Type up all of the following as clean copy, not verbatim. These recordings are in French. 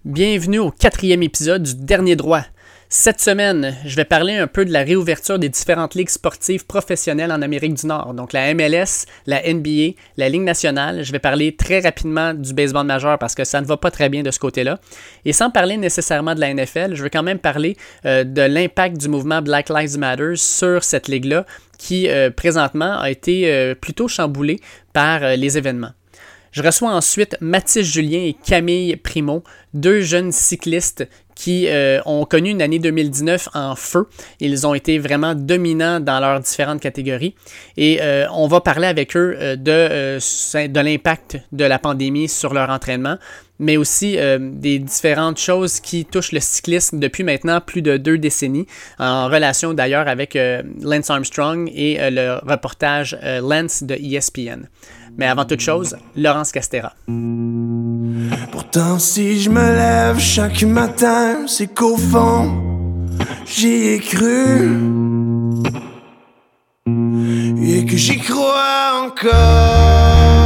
Bienvenue au 4e épisode du Dernier Droit. Cette semaine, je vais parler un peu de la réouverture des différentes ligues sportives professionnelles en Amérique du Nord. Donc la MLS, la NBA, la Ligue nationale. Je vais parler très rapidement du baseball majeur parce que ça ne va pas très bien de ce côté-là. Et sans parler nécessairement de la NFL, je vais quand même parler de l'impact du mouvement Black Lives Matter sur cette ligue-là qui présentement a été plutôt chamboulée par les événements. Je reçois ensuite Mathis Julien et Camille Primo, deux jeunes cyclistes qui ont connu une année 2019 en feu. Ils ont été vraiment dominants dans leurs différentes catégories. Et on va parler avec eux de l'impact de la pandémie sur leur entraînement, mais aussi des différentes choses qui touchent le cyclisme depuis maintenant plus de 2 décennies, en relation d'ailleurs avec Lance Armstrong et le reportage Lance de ESPN. Mais avant toute chose, Laurence Castera. Pourtant si je me lève chaque matin, c'est qu'au fond, j'y ai cru et que j'y crois encore.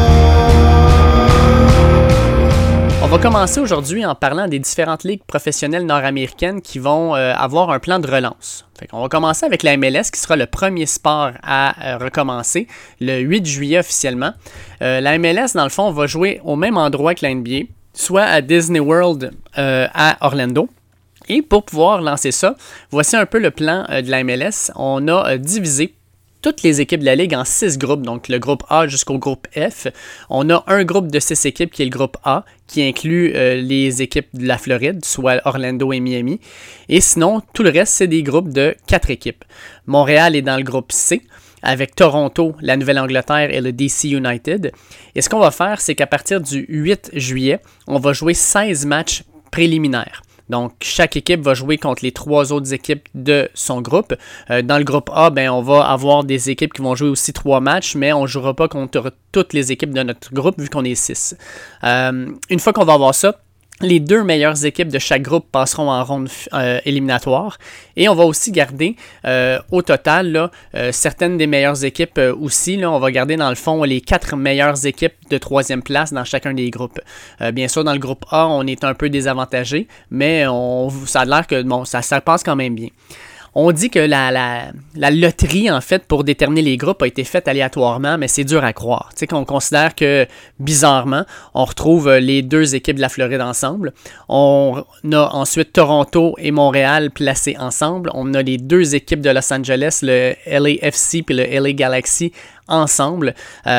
On va commencer aujourd'hui en parlant des différentes ligues professionnelles nord-américaines qui vont avoir un plan de relance. On va commencer avec la MLS qui sera le premier sport à recommencer le 8 juillet officiellement. La MLS, dans le fond, va jouer au même endroit que la NBA, soit à Disney World à Orlando. Et pour pouvoir lancer ça, voici un peu le plan de la MLS. On a divisé toutes les équipes de la Ligue en 6 groupes, donc le groupe A jusqu'au groupe F. On a un groupe de 6 équipes qui est le groupe A, qui inclut les équipes de la Floride, soit Orlando et Miami. Et sinon, tout le reste, c'est des groupes de 4 équipes. Montréal est dans le groupe C, avec Toronto, la Nouvelle-Angleterre et le DC United. Et ce qu'on va faire, c'est qu'à partir du 8 juillet, on va jouer 16 matchs préliminaires. Donc, chaque équipe va jouer contre les 3 autres équipes de son groupe. Dans le groupe A, on va avoir des équipes qui vont jouer aussi 3 matchs, mais on ne jouera pas contre toutes les équipes de notre groupe vu qu'on est 6. Une fois qu'on va avoir ça, les 2 meilleures équipes de chaque groupe passeront en ronde éliminatoire. Et on va aussi garder au total là, certaines des meilleures équipes aussi. Là, on va garder dans le fond les 4 meilleures équipes de 3e place dans chacun des groupes. Bien sûr, dans le groupe A, on est un peu désavantagé, mais ça a l'air que ça passe quand même bien. On dit que la loterie, en fait, pour déterminer les groupes a été faite aléatoirement, mais c'est dur à croire. Tu sais, qu'on considère que, bizarrement, on retrouve les 2 équipes de la Floride ensemble. On a ensuite Toronto et Montréal placés ensemble. On a les 2 équipes de Los Angeles, le LAFC et le LA Galaxy, ensemble.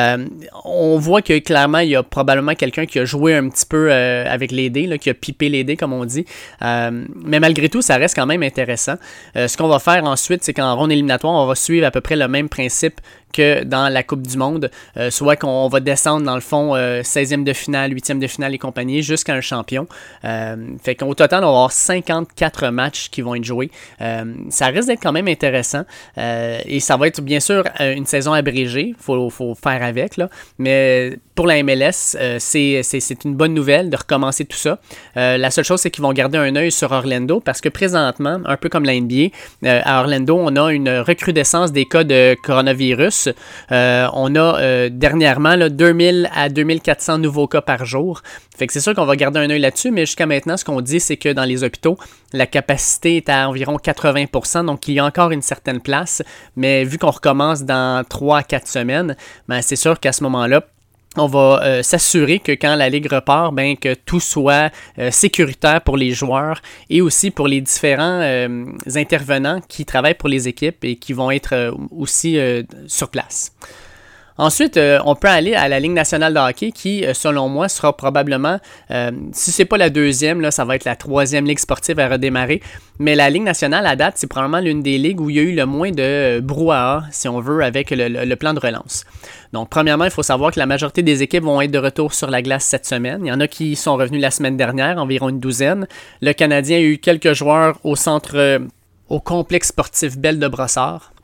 On voit que clairement, il y a probablement quelqu'un qui a joué un petit peu avec les dés, là, qui a pipé les dés, comme on dit. Mais malgré tout, ça reste quand même intéressant. Ce qu'on va faire ensuite, c'est qu'en ronde éliminatoire, on va suivre à peu près le même principe que dans la Coupe du Monde, soit qu'on va descendre dans le fond 16e de finale, 8e de finale et compagnie jusqu'à un champion. Fait qu'au total, on va avoir 54 matchs qui vont être joués. Ça risque d'être quand même intéressant et ça va être bien sûr une saison abrégée, faut faire avec, là. Mais pour la MLS, c'est une bonne nouvelle de recommencer tout ça. La seule chose, c'est qu'ils vont garder un œil sur Orlando parce que présentement, un peu comme la NBA, à Orlando, on a une recrudescence des cas de coronavirus. On a dernièrement 2000 à 2400 nouveaux cas par jour. Fait que c'est sûr qu'on va garder un œil là-dessus, mais jusqu'à maintenant, ce qu'on dit, c'est que dans les hôpitaux, la capacité est à environ 80%, donc il y a encore une certaine place. Mais vu qu'on recommence dans 3 à 4 semaines, c'est sûr qu'à ce moment-là, on va s'assurer que quand la Ligue repart, que tout soit sécuritaire pour les joueurs et aussi pour les différents intervenants qui travaillent pour les équipes et qui vont être aussi sur place. Ensuite, on peut aller à la Ligue nationale de hockey qui, selon moi, sera probablement, si c'est pas la 2e, là, ça va être la 3e ligue sportive à redémarrer. Mais la Ligue nationale, à date, c'est probablement l'une des ligues où il y a eu le moins de brouhaha, si on veut, avec le plan de relance. Donc, premièrement, il faut savoir que la majorité des équipes vont être de retour sur la glace cette semaine. Il y en a qui sont revenus la semaine dernière, environ une 12aine. Le Canadien a eu quelques joueurs au complexe sportif Belle de Brossard.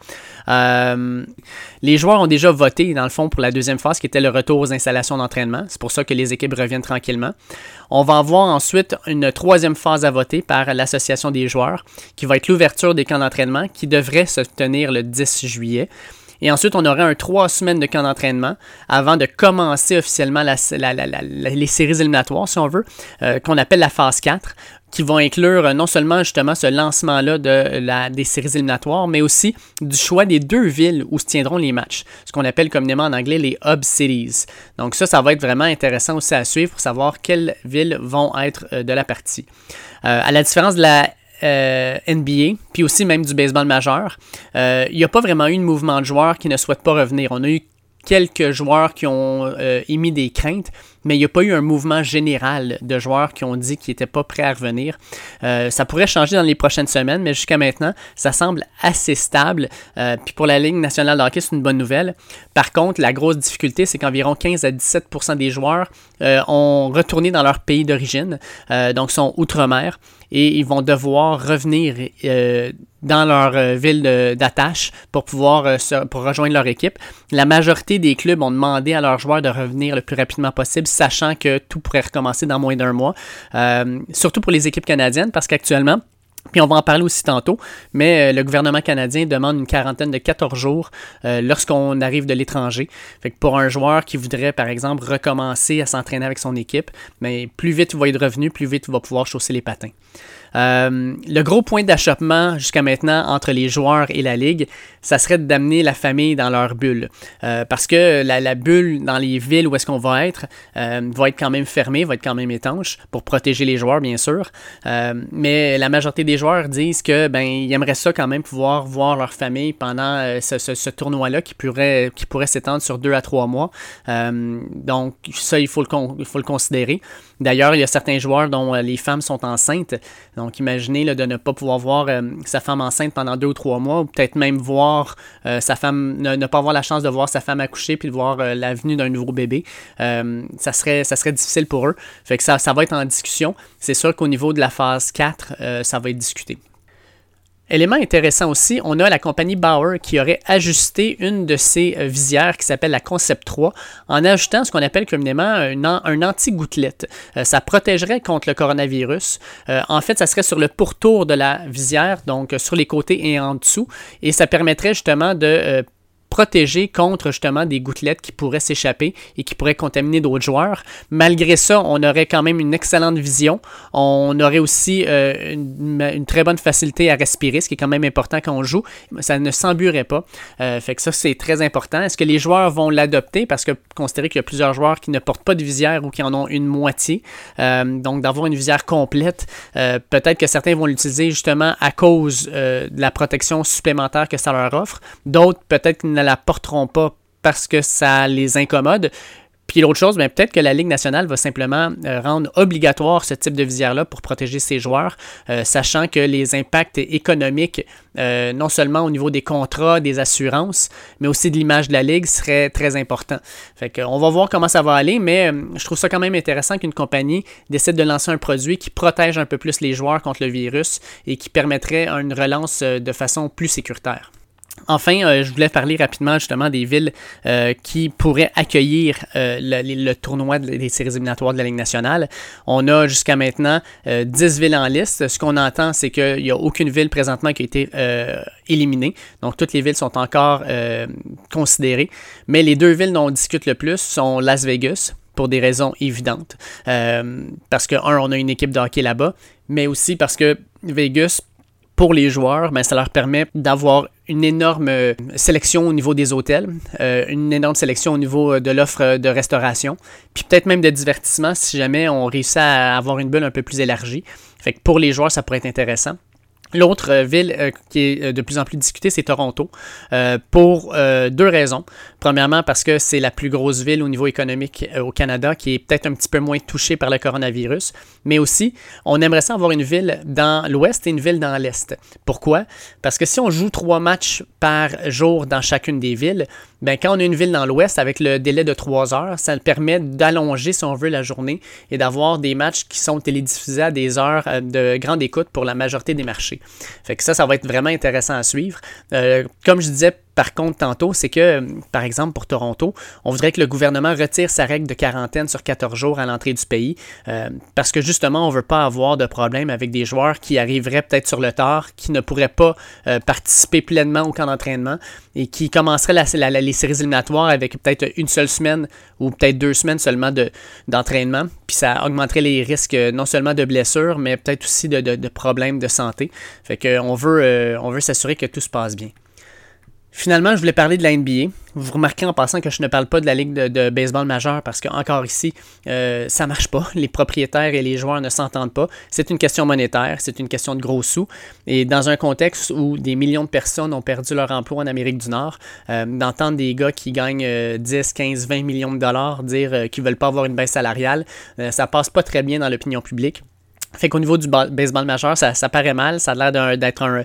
Les joueurs ont déjà voté, dans le fond, pour la 2e phase, qui était le retour aux installations d'entraînement. C'est pour ça que les équipes reviennent tranquillement. On va avoir ensuite une 3e phase à voter par l'association des joueurs, qui va être l'ouverture des camps d'entraînement, qui devrait se tenir le 10 juillet. Et ensuite, on aurait 3 semaines de camp d'entraînement avant de commencer officiellement les séries éliminatoires, si on veut, qu'on appelle la phase 4, qui vont inclure non seulement justement ce lancement-là des séries éliminatoires, mais aussi du choix des 2 villes où se tiendront les matchs, ce qu'on appelle communément en anglais les Hub Cities. Donc ça va être vraiment intéressant aussi à suivre pour savoir quelles villes vont être de la partie. À la différence de la NBA, puis aussi même du baseball majeur, il n'y a pas vraiment eu de mouvement de joueurs qui ne souhaitent pas revenir. On a eu quelques joueurs qui ont émis des craintes, mais il n'y a pas eu un mouvement général de joueurs qui ont dit qu'ils n'étaient pas prêts à revenir. Ça pourrait changer dans les prochaines semaines, mais jusqu'à maintenant, ça semble assez stable. Puis pour la Ligue nationale de hockey, c'est une bonne nouvelle. Par contre, la grosse difficulté, c'est qu'environ 15 à 17% des joueurs ont retourné dans leur pays d'origine, donc sont outre-mer, et ils vont devoir revenir dans leur ville d'attache pour pouvoir pour rejoindre leur équipe. La majorité des clubs ont demandé à leurs joueurs de revenir le plus rapidement possible, sachant que tout pourrait recommencer dans moins d'1 mois. Surtout pour les équipes canadiennes, parce qu'actuellement, puis on va en parler aussi tantôt, mais le gouvernement canadien demande une quarantaine de 14 jours lorsqu'on arrive de l'étranger. Fait que pour un joueur qui voudrait, par exemple, recommencer à s'entraîner avec son équipe, mais plus vite il va être revenu, plus vite il va pouvoir chausser les patins. Le gros point d'achoppement jusqu'à maintenant entre les joueurs et la Ligue, ça serait d'amener la famille dans leur bulle. Parce que la bulle dans les villes où est-ce qu'on va être quand même fermée, va être quand même étanche pour protéger les joueurs, bien sûr. Mais la majorité des joueurs disent que ils aimeraient ça quand même pouvoir voir leur famille pendant ce tournoi-là qui pourrait s'étendre sur 2 à 3 mois. Donc ça, il faut le considérer. D'ailleurs, il y a certains joueurs dont les femmes sont enceintes. Donc, imaginez de ne pas pouvoir voir sa femme enceinte pendant 2 ou 3 mois, ou peut-être même voir sa femme, ne pas avoir la chance de voir sa femme accoucher puis de voir la venue d'un nouveau bébé. Ça serait difficile pour eux. Fait que ça va être en discussion. C'est sûr qu'au niveau de la phase 4, ça va être discuté. Élément intéressant aussi, on a la compagnie Bauer qui aurait ajusté une de ses visières qui s'appelle la Concept 3 en ajoutant ce qu'on appelle communément un anti-gouttelette. Ça protégerait contre le coronavirus. En fait, ça serait sur le pourtour de la visière, donc sur les côtés et en dessous, et ça permettrait justement de protéger contre justement des gouttelettes qui pourraient s'échapper et qui pourraient contaminer d'autres joueurs. Malgré ça, on aurait quand même une excellente vision. On aurait aussi une très bonne facilité à respirer, ce qui est quand même important quand on joue. Ça ne s'embuerait pas. Fait que ça, c'est très important. Est-ce que les joueurs vont l'adopter? Parce que considérez qu'il y a plusieurs joueurs qui ne portent pas de visière ou qui en ont une moitié. Donc, d'avoir une visière complète, peut-être que certains vont l'utiliser justement à cause de la protection supplémentaire que ça leur offre. D'autres, peut-être qu'ils ne la porteront pas parce que ça les incommode. Puis l'autre chose, peut-être que la Ligue nationale va simplement rendre obligatoire ce type de visière-là pour protéger ses joueurs, sachant que les impacts économiques, non seulement au niveau des contrats, des assurances, mais aussi de l'image de la Ligue, seraient très importants. Fait qu'on va voir comment ça va aller, mais je trouve ça quand même intéressant qu'une compagnie décide de lancer un produit qui protège un peu plus les joueurs contre le virus et qui permettrait une relance de façon plus sécuritaire. Enfin, je voulais parler rapidement justement des villes qui pourraient accueillir le tournoi des séries éliminatoires de la Ligue nationale. On a jusqu'à maintenant 10 villes en liste. Ce qu'on entend, c'est qu'il n'y a aucune ville présentement qui a été éliminée. Donc, toutes les villes sont encore considérées. Mais les 2 villes dont on discute le plus sont Las Vegas, pour des raisons évidentes. Parce que, on a une équipe de hockey là-bas, mais aussi parce que Vegas, pour les joueurs, ça leur permet d'avoir une énorme sélection au niveau des hôtels, une énorme sélection au niveau de l'offre de restauration, puis peut-être même de divertissement si jamais on réussit à avoir une bulle un peu plus élargie. Fait que pour les joueurs, ça pourrait être intéressant. L'autre ville qui est de plus en plus discutée, c'est Toronto, pour 2 raisons. Premièrement, parce que c'est la plus grosse ville au niveau économique au Canada, qui est peut-être un petit peu moins touchée par le coronavirus, mais aussi, on aimerait ça avoir une ville dans l'ouest et une ville dans l'est. Pourquoi? Parce que si on joue 3 matchs par jour dans chacune des villes, quand on a une ville dans l'ouest, avec le délai de 3 heures, ça permet d'allonger, si on veut, la journée et d'avoir des matchs qui sont télédiffusés à des heures de grande écoute pour la majorité des marchés. Fait que ça va être vraiment intéressant à suivre. Comme je disais, par contre tantôt, c'est que, par exemple, pour Toronto, on voudrait que le gouvernement retire sa règle de quarantaine sur 14 jours à l'entrée du pays parce que justement, on ne veut pas avoir de problème avec des joueurs qui arriveraient peut-être sur le tard, qui ne pourraient pas participer pleinement au camp d'entraînement et qui commenceraient les séries éliminatoires avec peut-être une seule semaine ou peut-être 2 semaines seulement d'entraînement. Puis ça augmenterait les risques non seulement de blessures, mais peut-être aussi de problèmes de santé. Fait qu'on veut s'assurer que tout se passe bien. Finalement, je voulais parler de la NBA. Vous remarquez en passant que je ne parle pas de la ligue de baseball majeure parce qu'encore ici, ça ne marche pas. Les propriétaires et les joueurs ne s'entendent pas. C'est une question monétaire, c'est une question de gros sous. Et dans un contexte où des millions de personnes ont perdu leur emploi en Amérique du Nord, d'entendre des gars qui gagnent 10, 15, 20 millions de dollars dire qu'ils ne veulent pas avoir une baisse salariale, ça passe pas très bien dans l'opinion publique. Fait qu'au niveau du baseball majeur, ça paraît mal. Ça a l'air d'être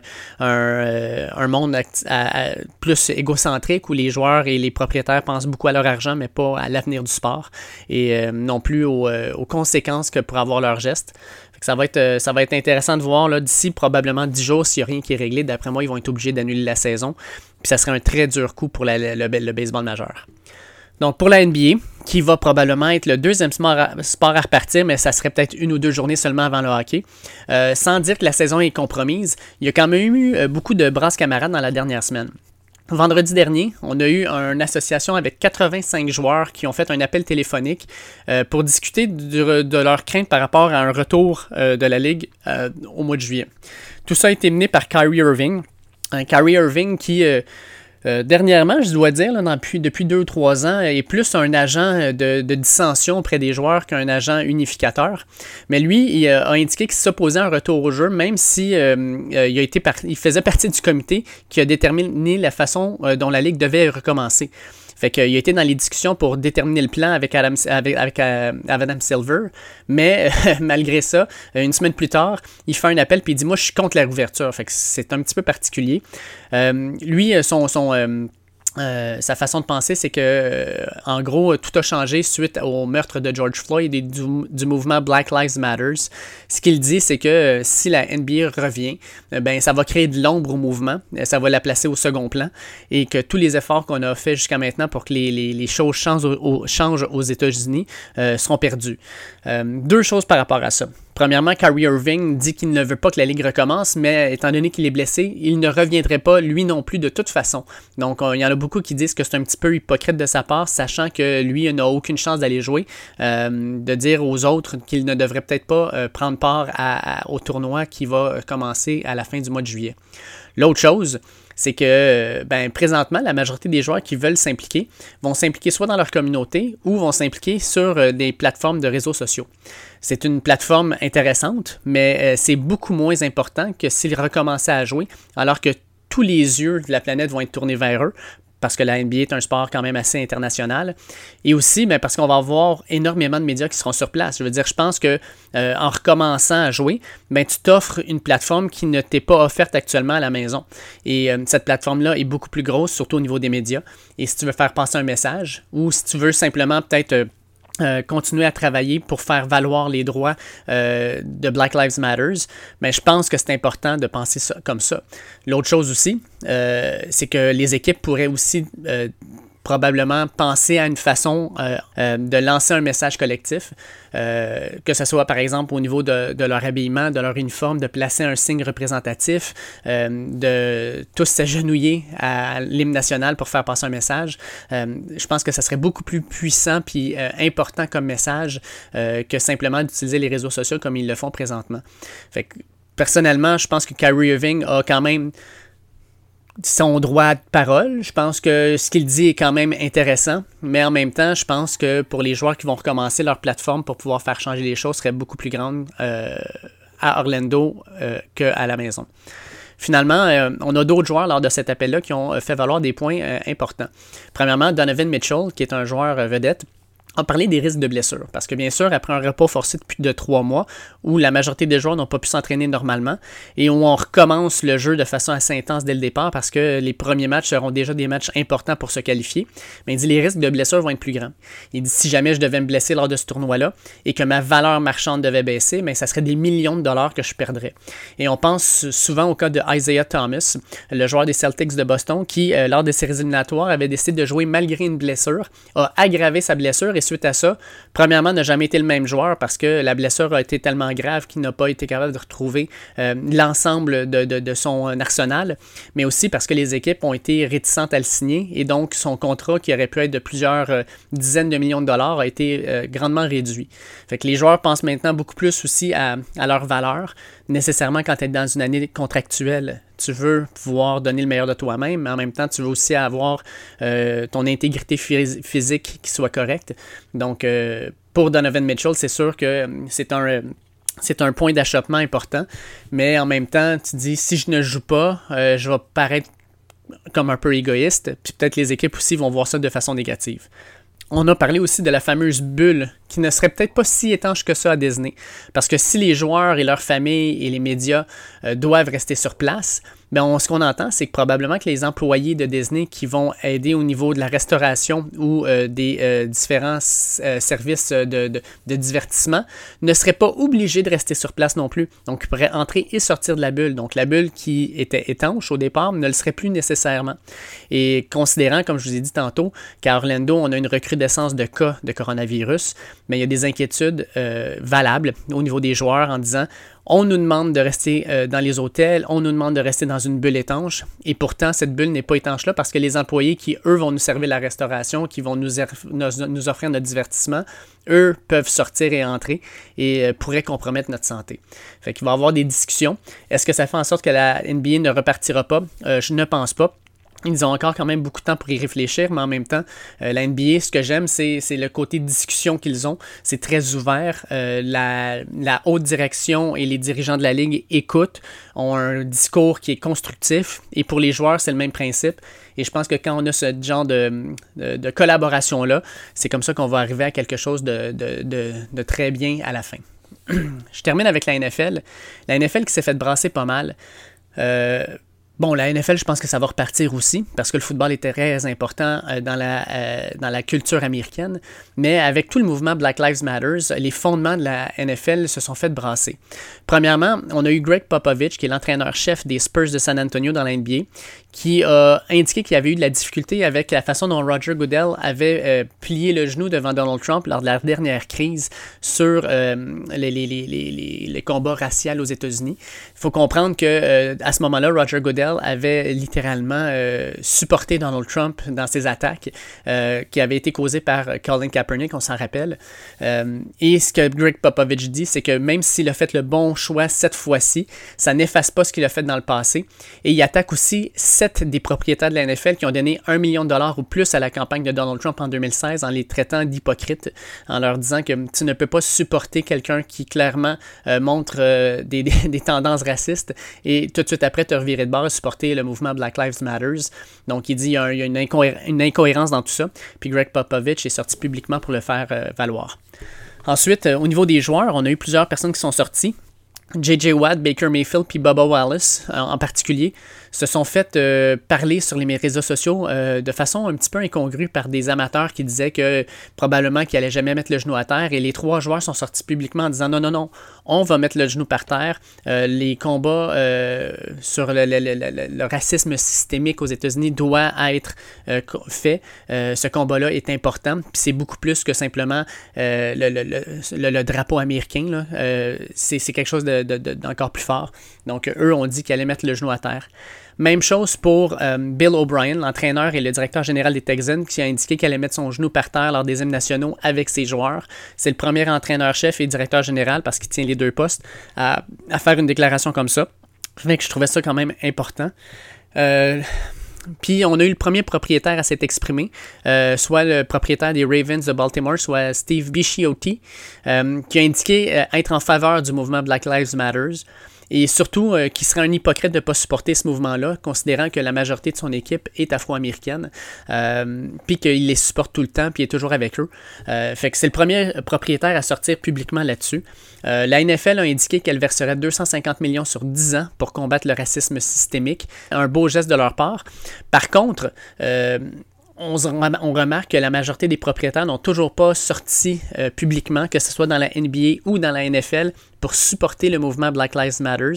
un monde plus égocentrique où les joueurs et les propriétaires pensent beaucoup à leur argent, mais pas à l'avenir du sport et non plus aux conséquences que pourraient avoir leurs gestes. Fait que ça va être intéressant de voir là, d'ici probablement 10 jours s'il n'y a rien qui est réglé. D'après moi, ils vont être obligés d'annuler la saison. Puis ça serait un très dur coup pour le baseball majeur. Donc, pour la NBA, qui va probablement être le deuxième sport à repartir, mais ça serait peut-être 1 ou 2 journées seulement avant le hockey. Sans dire que la saison est compromise, il y a quand même eu beaucoup de brasses camarades dans la dernière semaine. Vendredi dernier, on a eu une association avec 85 joueurs qui ont fait un appel téléphonique pour discuter de leurs craintes par rapport à un retour de la Ligue au mois de juillet. Tout ça a été mené par Kyrie Irving. Kyrie Irving qui... dernièrement, je dois dire, là, depuis 2 ou 3 ans, est plus un agent de dissension auprès des joueurs qu'un agent unificateur. Mais lui, il a indiqué qu'il s'opposait à un retour au jeu, même si il faisait partie du comité qui a déterminé la façon dont la Ligue devait recommencer. Fait qu'il a été dans les discussions pour déterminer le plan avec Adam Silver, mais malgré ça, une semaine plus tard, il fait un appel puis il dit « Moi, je suis contre la réouverture ». Fait que c'est un petit peu particulier. Lui, sa façon de penser, c'est que, en gros, tout a changé suite au meurtre de George Floyd et du mouvement Black Lives Matter. Ce qu'il dit, c'est que si la NBA revient, ben ça va créer de l'ombre au mouvement, ça va la placer au second plan et que tous les efforts qu'on a fait jusqu'à maintenant pour que les choses changent aux États-Unis seront perdus. 2 choses par rapport à ça. Premièrement, Kyrie Irving dit qu'il ne veut pas que la Ligue recommence, mais étant donné qu'il est blessé, il ne reviendrait pas, lui non plus, de toute façon. Donc, il y en a beaucoup qui disent que c'est un petit peu hypocrite de sa part, sachant que lui n'a aucune chance d'aller jouer, de dire aux autres qu'il ne devrait peut-être pas prendre part au tournoi qui va commencer à la fin du mois de juillet. L'autre chose, c'est que présentement, la majorité des joueurs qui veulent s'impliquer vont s'impliquer soit dans leur communauté ou vont s'impliquer sur des plateformes de réseaux sociaux. C'est une plateforme intéressante, mais c'est beaucoup moins important que s'ils recommençaient à jouer, alors que tous les yeux de la planète vont être tournés vers eux, parce que la NBA est un sport quand même assez international. Et aussi, parce qu'on va avoir énormément de médias qui seront sur place. Je veux dire, je pense que en recommençant à jouer, tu t'offres une plateforme qui ne t'est pas offerte actuellement à la maison. Et cette plateforme-là est beaucoup plus grosse, surtout au niveau des médias. Et si tu veux faire passer un message, ou si tu veux simplement peut-être... continuer à travailler pour faire valoir les droits de Black Lives Matter, mais je pense que c'est important de penser ça comme ça. L'autre chose aussi, c'est que les équipes pourraient aussi probablement penser à une façon de lancer un message collectif, que ce soit par exemple au niveau de leur habillement, de leur uniforme, de placer un signe représentatif, de tous s'agenouiller à l'hymne national pour faire passer un message. Je pense que ça serait beaucoup plus puissant puis important comme message que simplement d'utiliser les réseaux sociaux comme ils le font présentement. Fait que, personnellement, je pense que Kyrie Irving a quand même son droit de parole. Je pense que ce qu'il dit est quand même intéressant, mais en même temps, je pense que pour les joueurs qui vont recommencer leur plateforme pour pouvoir faire changer les choses serait beaucoup plus grande à Orlando qu'à la maison. Finalement, on a d'autres joueurs lors de cet appel-là qui ont fait valoir des points importants. Premièrement, Donovan Mitchell, qui est un joueur vedette, On va parler des risques de blessure, parce que bien sûr, après un repos forcé de plus de 3 mois, où la majorité des joueurs n'ont pas pu s'entraîner normalement, et où on recommence le jeu de façon assez intense dès le départ, parce que les premiers matchs seront déjà des matchs importants pour se qualifier, mais il dit les risques de blessure vont être plus grands. Il dit si jamais je devais me blesser lors de ce tournoi-là, et que ma valeur marchande devait baisser, mais ça serait des millions de dollars que je perdrais. Et on pense souvent au cas de Isaiah Thomas, le joueur des Celtics de Boston, qui, lors de séries éliminatoires, avait décidé de jouer malgré une blessure, a aggravé sa blessure, et suite à ça, premièrement, n'a jamais été le même joueur parce que la blessure a été tellement grave qu'il n'a pas été capable de retrouver l'ensemble de son arsenal, mais aussi parce que les équipes ont été réticentes à le signer et donc son contrat, qui aurait pu être de plusieurs dizaines de millions de dollars, a été grandement réduit. Fait que les joueurs pensent maintenant beaucoup plus aussi à leur valeur. Nécessairement, quand tu es dans une année contractuelle, tu veux pouvoir donner le meilleur de toi-même, mais en même temps, tu veux aussi avoir ton intégrité physique qui soit correcte. Donc, pour Donovan Mitchell, c'est sûr que c'est un point d'achoppement important, mais en même temps, tu dis, si je ne joue pas, je vais paraître comme un peu égoïste, puis peut-être les équipes aussi vont voir ça de façon négative. On a parlé aussi de la fameuse bulle qui ne serait peut-être pas si étanche que ça à Disney. Parce que si les joueurs et leurs familles et les médias doivent rester sur place, ce qu'on entend, c'est que probablement que les employés de Disney qui vont aider au niveau de la restauration ou des différents services de divertissement ne seraient pas obligés de rester sur place non plus. Donc, ils pourraient entrer et sortir de la bulle. Donc, la bulle qui était étanche au départ ne le serait plus nécessairement. Et considérant, comme je vous ai dit tantôt, qu'à Orlando, on a une recrudescence de cas de coronavirus, mais il y a des inquiétudes valables au niveau des joueurs en disant on nous demande de rester dans les hôtels, on nous demande de rester dans une bulle étanche, et pourtant cette bulle n'est pas étanche là parce que les employés qui, eux, vont nous servir la restauration, qui vont nous offrir notre divertissement, eux peuvent sortir et entrer et pourraient compromettre notre santé. Fait qu'il va y avoir des discussions. Est-ce que ça fait en sorte que la NBA ne repartira pas? Je ne pense pas. Ils ont encore quand même beaucoup de temps pour y réfléchir, mais en même temps, la NBA, ce que j'aime, c'est le côté discussion qu'ils ont. C'est très ouvert. La haute direction et les dirigeants de la Ligue écoutent, ont un discours qui est constructif. Et pour les joueurs, c'est le même principe. Et je pense que quand on a ce genre de collaboration-là, c'est comme ça qu'on va arriver à quelque chose de très bien à la fin. Je termine avec la NFL. La NFL qui s'est fait brasser pas mal. La NFL, je pense que ça va repartir aussi, parce que le football est très important dans la culture américaine, mais avec tout le mouvement Black Lives Matter, les fondements de la NFL se sont fait brasser. Premièrement, on a eu Greg Popovich, qui est l'entraîneur-chef des Spurs de San Antonio dans la NBA, qui a indiqué qu'il y avait eu de la difficulté avec la façon dont Roger Goodell avait plié le genou devant Donald Trump lors de la dernière crise sur les combats raciaux aux États-Unis. Il faut comprendre que à ce moment-là, Roger Goodell avait littéralement supporté Donald Trump dans ses attaques qui avaient été causées par Colin Kaepernick, on s'en rappelle. Et ce que Greg Popovich dit, c'est que même s'il a fait le bon choix cette fois-ci, ça n'efface pas ce qu'il a fait dans le passé. Et il attaque aussi 7 des propriétaires de la NFL qui ont donné $1 million ou plus à la campagne de Donald Trump en 2016 en les traitant d'hypocrites, en leur disant que tu ne peux pas supporter quelqu'un qui clairement montre des tendances racistes et tout de suite après te revirer de bord et supporter le mouvement Black Lives Matter. Donc il dit il y a une incohérence dans tout ça. Puis Greg Popovich est sorti publiquement pour le faire valoir. Ensuite, au niveau des joueurs, on a eu plusieurs personnes qui sont sorties. J.J. Watt, Baker Mayfield puis Bubba Wallace en particulier se sont fait parler sur les réseaux sociaux de façon un petit peu incongrue par des amateurs qui disaient que probablement qu'ils n'allaient jamais mettre le genou à terre, et les 3 joueurs sont sortis publiquement en disant non, on va mettre le genou par terre. Les combats sur le racisme systémique aux États-Unis doit être fait. Ce combat-là est important, puis c'est beaucoup plus que simplement le drapeau américain, là. C'est quelque chose d'encore plus fort. Donc eux ont dit qu'ils allaient mettre le genou à terre. Même chose pour Bill O'Brien, l'entraîneur et le directeur général des Texans, qui a indiqué qu'il allait mettre son genou par terre lors des hymnes nationaux avec ses joueurs. C'est le premier entraîneur-chef et directeur général, parce qu'il tient les 2 postes, à faire une déclaration comme ça. Fait que je trouvais ça quand même important. Puis on a eu le premier propriétaire à s'être exprimé, soit le propriétaire des Ravens de Baltimore, soit Steve Bisciotti, qui a indiqué être en faveur du mouvement Black Lives Matter. Et surtout, qu'il serait un hypocrite de ne pas supporter ce mouvement-là, considérant que la majorité de son équipe est afro-américaine, puis qu'il les supporte tout le temps, puis il est toujours avec eux. Fait que c'est le premier propriétaire à sortir publiquement là-dessus. La NFL a indiqué qu'elle verserait 250 millions sur 10 ans pour combattre le racisme systémique. Un beau geste de leur part. Par contre, on remarque que la majorité des propriétaires n'ont toujours pas sorti publiquement, que ce soit dans la NBA ou dans la NFL, pour supporter le mouvement Black Lives Matter.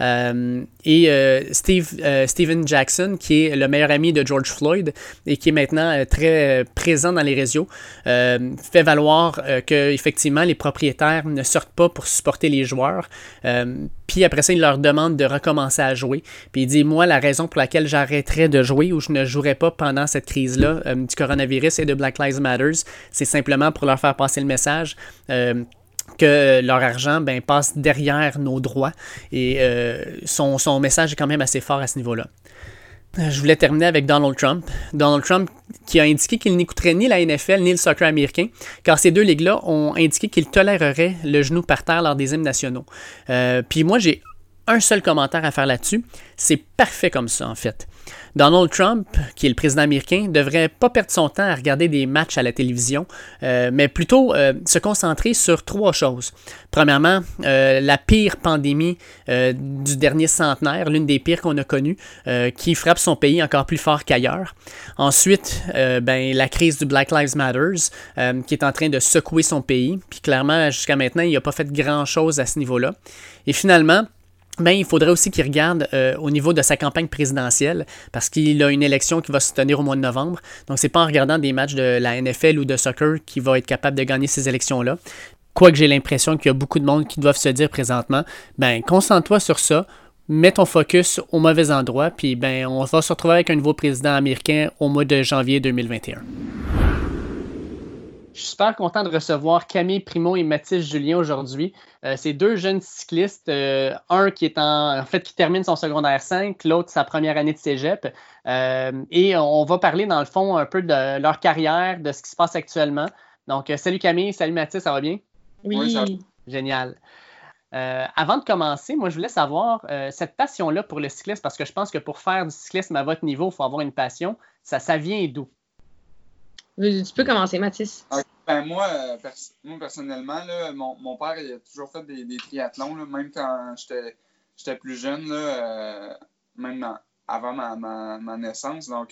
Steven Jackson, qui est le meilleur ami de George Floyd et qui est maintenant très présent dans les réseaux, fait valoir que effectivement les propriétaires ne sortent pas pour supporter les joueurs. Puis après ça, il leur demande de recommencer à jouer. Puis il dit, moi, la raison pour laquelle j'arrêterais de jouer ou je ne jouerai pas pendant cette crise-là du coronavirus et de Black Lives Matter, c'est simplement pour leur faire passer le message que leur argent passe derrière nos droits. Et son message est quand même assez fort à ce niveau-là. Je voulais terminer avec Donald Trump. Donald Trump qui a indiqué qu'il n'écouterait ni la NFL ni le soccer américain, car ces deux ligues-là ont indiqué qu'ils toléreraient le genou par terre lors des hymnes nationaux. Puis moi, j'ai un seul commentaire à faire là-dessus. C'est parfait comme ça, en fait. Donald Trump, qui est le président américain, ne devrait pas perdre son temps à regarder des matchs à la télévision, mais plutôt se concentrer sur trois choses. Premièrement, la pire pandémie du dernier centenaire, l'une des pires qu'on a connues, qui frappe son pays encore plus fort qu'ailleurs. Ensuite, la crise du Black Lives Matter, qui est en train de secouer son pays. Puis clairement, jusqu'à maintenant, il n'a pas fait grand-chose à ce niveau-là. Et finalement, il faudrait aussi qu'il regarde au niveau de sa campagne présidentielle, parce qu'il a une élection qui va se tenir au mois de novembre. Donc, c'est pas en regardant des matchs de la NFL ou de soccer qu'il va être capable de gagner ces élections-là. Quoique j'ai l'impression qu'il y a beaucoup de monde qui doivent se dire présentement, concentre-toi sur ça, mets ton focus au mauvais endroit, puis on va se retrouver avec un nouveau président américain au mois de janvier 2021. Je suis super content de recevoir Camille Primo et Mathis Julien aujourd'hui. C'est deux jeunes cyclistes, un qui est qui termine son secondaire 5, l'autre sa première année de cégep. Et on va parler dans le fond un peu de leur carrière, de ce qui se passe actuellement. Donc, salut Camille, salut Mathis, ça va bien? Oui. Génial. Avant de commencer, moi je voulais savoir cette passion-là pour le cyclisme, parce que je pense que pour faire du cyclisme à votre niveau, il faut avoir une passion. Ça vient d'où? Tu peux commencer, Mathis. Moi, personnellement, là, mon père il a toujours fait des triathlons, là, même quand j'étais plus jeune, là, même avant ma naissance. Donc,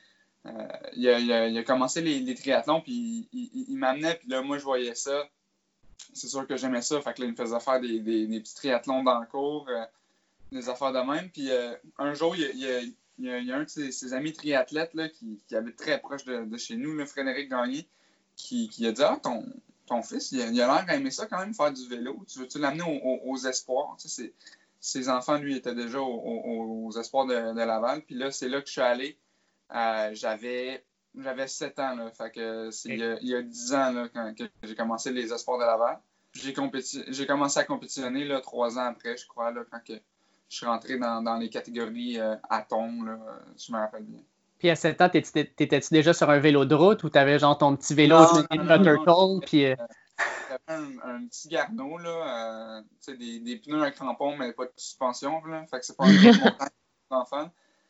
il a commencé les triathlons, puis il m'amenait, puis là, moi, je voyais ça. C'est sûr que j'aimais ça. Fait que là, il me faisait faire des petits triathlons dans le cours, des affaires de même. Puis un jour, il y a un de ses amis triathlètes là, qui habite très proche de chez nous, là, Frédéric Gagné, qui a dit « Ah, ton fils, il a l'air d'aimer ça quand même, faire du vélo. Tu veux-tu l'amener aux espoirs? » Tu sais, ses enfants, lui, étaient déjà aux espoirs de Laval. Puis là, c'est là que je suis allé. J'avais 7 ans. Là, fait que il y a 10 ans là, quand j'ai commencé les espoirs de Laval. J'ai commencé à compétitionner là, 3 ans après, je crois, là, quand je suis rentré dans les catégories Atom, là, je me rappelle bien. Puis à 7 ans, t'étais-tu déjà sur un vélo de route ou t'avais genre ton petit vélo Turtle? Puis j'avais un petit garneau, là, des pneus à crampons, mais pas de suspension. Là, fait que c'est pas un vélo de montagne d'enfant.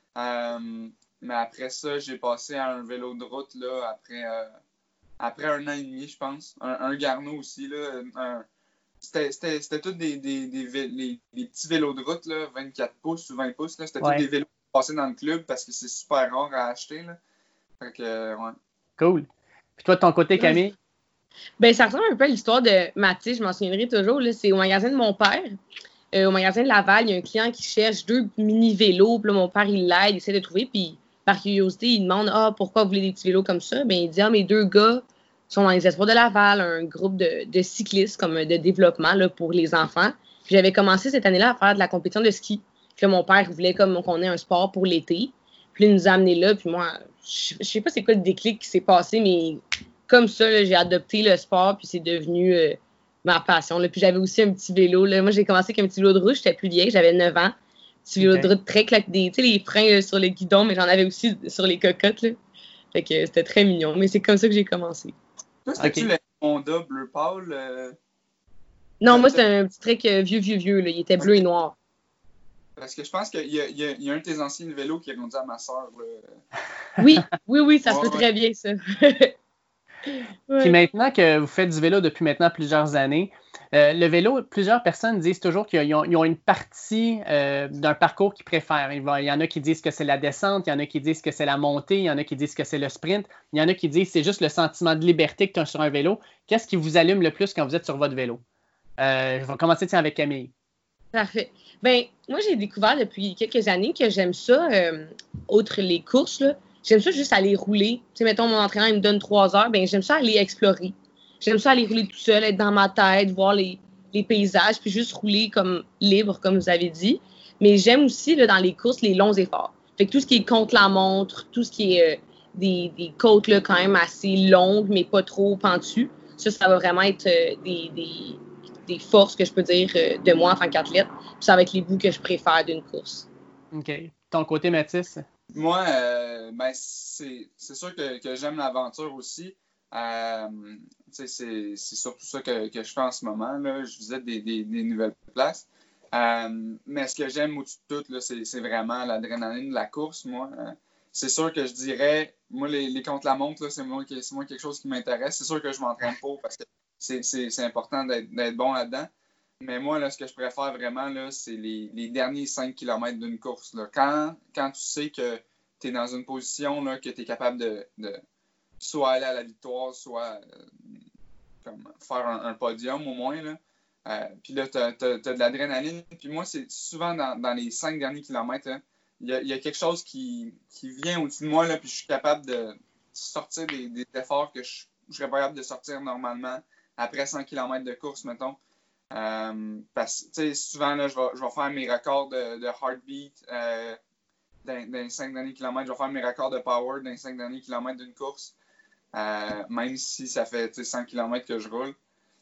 Mais après ça, j'ai passé à un vélo de route là, après 1 an et demi, je pense. Un garneau aussi. Là, c'était tous des petits vélos de route, là, 24 pouces ou 20 pouces. Là, c'était tous des vélos passés dans le club parce que c'est super rare à acheter. Là. Fait que, ouais. Cool. Puis toi, de ton côté, Camille? Ça ressemble un peu à l'histoire de Mathis, je m'en souviendrai toujours. Là, c'est au magasin de mon père. Au magasin de Laval, il y a un client qui cherche 2 mini-vélos. Puis là, mon père, il l'aide, il essaie de trouver. Puis par curiosité, il demande « Ah, pourquoi vous voulez des petits vélos comme ça? » Il dit « Ah, mes 2 gars sont dans les espoirs de Laval, un groupe de cyclistes comme de développement là, pour les enfants. » Puis j'avais commencé cette année-là à faire de la compétition de ski. Puis là, mon père voulait comme qu'on ait un sport pour l'été. Puis là, il nous a amenés là. Puis moi, je sais pas c'est quoi le déclic qui s'est passé, mais comme ça, là, j'ai adopté le sport. Puis c'est devenu ma passion. Là. Puis j'avais aussi un petit vélo. Là. Moi, j'ai commencé avec un petit vélo de roue. J'étais plus vieille, j'avais 9 ans. du vélo de route trek, là, tu sais, les freins sur le guidon, mais j'en avais aussi sur les cocottes, là. Fait que c'était très mignon, mais c'est comme ça que j'ai commencé. Toi, c'était-tu le Honda bleu pâle? Non, moi, c'était un petit trek vieux, là. Il était bleu et noir. Parce que je pense qu'il y a un de tes anciens vélos qui est rendu à ma soeur. Oui, ça se peut très bien, ça. Puis maintenant que vous faites du vélo depuis maintenant plusieurs années, le vélo, plusieurs personnes disent toujours qu'ils ont une partie d'un parcours qu'ils préfèrent. Il y en a qui disent que c'est la descente, il y en a qui disent que c'est la montée, il y en a qui disent que c'est le sprint, il y en a qui disent que c'est juste le sentiment de liberté que tu as sur un vélo. Qu'est-ce qui vous allume le plus quand vous êtes sur votre vélo? Je vais commencer avec Camille. Parfait. Ben, moi, j'ai découvert depuis quelques années que j'aime ça, outre les courses, là. J'aime ça juste aller rouler. Tu sais, mettons, mon entraîneur, il me donne 3 heures, ben j'aime ça aller explorer. J'aime ça aller rouler tout seul, être dans ma tête, voir les paysages, puis juste rouler comme libre, comme vous avez dit. Mais j'aime aussi, là, dans les courses, les longs efforts. Fait que tout ce qui est contre la montre, tout ce qui est des côtes, là, quand même assez longues, mais pas trop pentues, ça va vraiment être des forces que je peux dire de moi en tant qu'athlète. Puis ça va être les bouts que je préfère d'une course. OK. Ton côté, Mathis? Moi, c'est sûr que j'aime l'aventure aussi. C'est surtout ça que je fais en ce moment. Là. Je visite des nouvelles places. Mais ce que j'aime au-dessus de tout, là, c'est vraiment l'adrénaline de la course. Moi, c'est sûr que je dirais, moi, les contre-la-montre, c'est moi quelque chose qui m'intéresse. C'est sûr que je m'entraîne pour parce que c'est important d'être bon là-dedans. Mais moi, là, ce que je préfère vraiment, là, c'est les derniers 5 km d'une course. Là. Quand tu sais que tu es dans une position là, que tu es capable de soit aller à la victoire, soit comme faire un podium au moins. Là. Puis là, tu as de l'adrénaline. Puis moi, c'est souvent dans les 5 derniers kilomètres, il y a quelque chose qui vient au-dessus de moi, là, puis je suis capable de sortir des efforts que je serais pas capable de sortir normalement après 100 km de course, mettons. Parce que souvent, là, je vais faire mes records de heartbeat dans les 5 derniers kilomètres. Je vais faire mes records de power dans les 5 derniers kilomètres d'une course. Même si ça fait 100 km que je roule.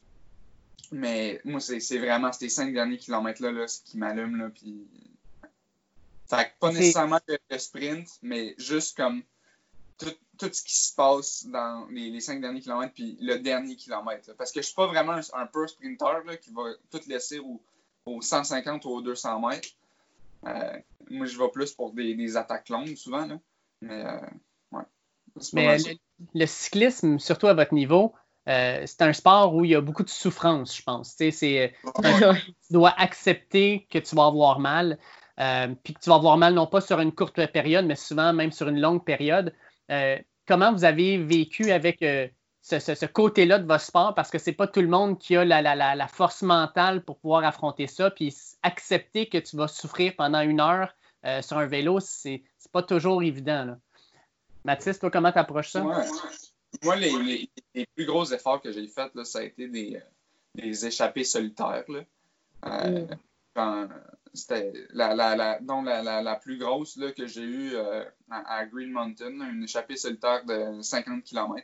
Mais moi, c'est vraiment ces 5 derniers kilomètres-là là, ce qui m'allume. Là, puis... Fait que pas nécessairement le sprint, mais juste comme tout ce qui se passe dans les 5 derniers kilomètres puis le dernier kilomètre. Là. Parce que je suis pas vraiment un pur sprinter là, qui va tout laisser aux 150 ou aux 200 mètres. Moi, je vais plus pour des attaques longues souvent. Là. Mais ouais. Mais le cyclisme, surtout à votre niveau, c'est un sport où il y a beaucoup de souffrance, je pense. Tu dois accepter que tu vas avoir mal, puis que tu vas avoir mal non pas sur une courte période, mais souvent même sur une longue période. Comment vous avez vécu avec ce côté-là de votre sport? Parce que c'est pas tout le monde qui a la force mentale pour pouvoir affronter ça, puis accepter que tu vas souffrir pendant 1 heure sur un vélo, c'est pas toujours évident, là. Mathis, toi, comment tu approches ça? Moi, les plus gros efforts que j'ai faits, là, ça a été des échappées solitaires. Là. C'était la plus grosse là, que j'ai eue à Green Mountain, là, une échappée solitaire de 50 km.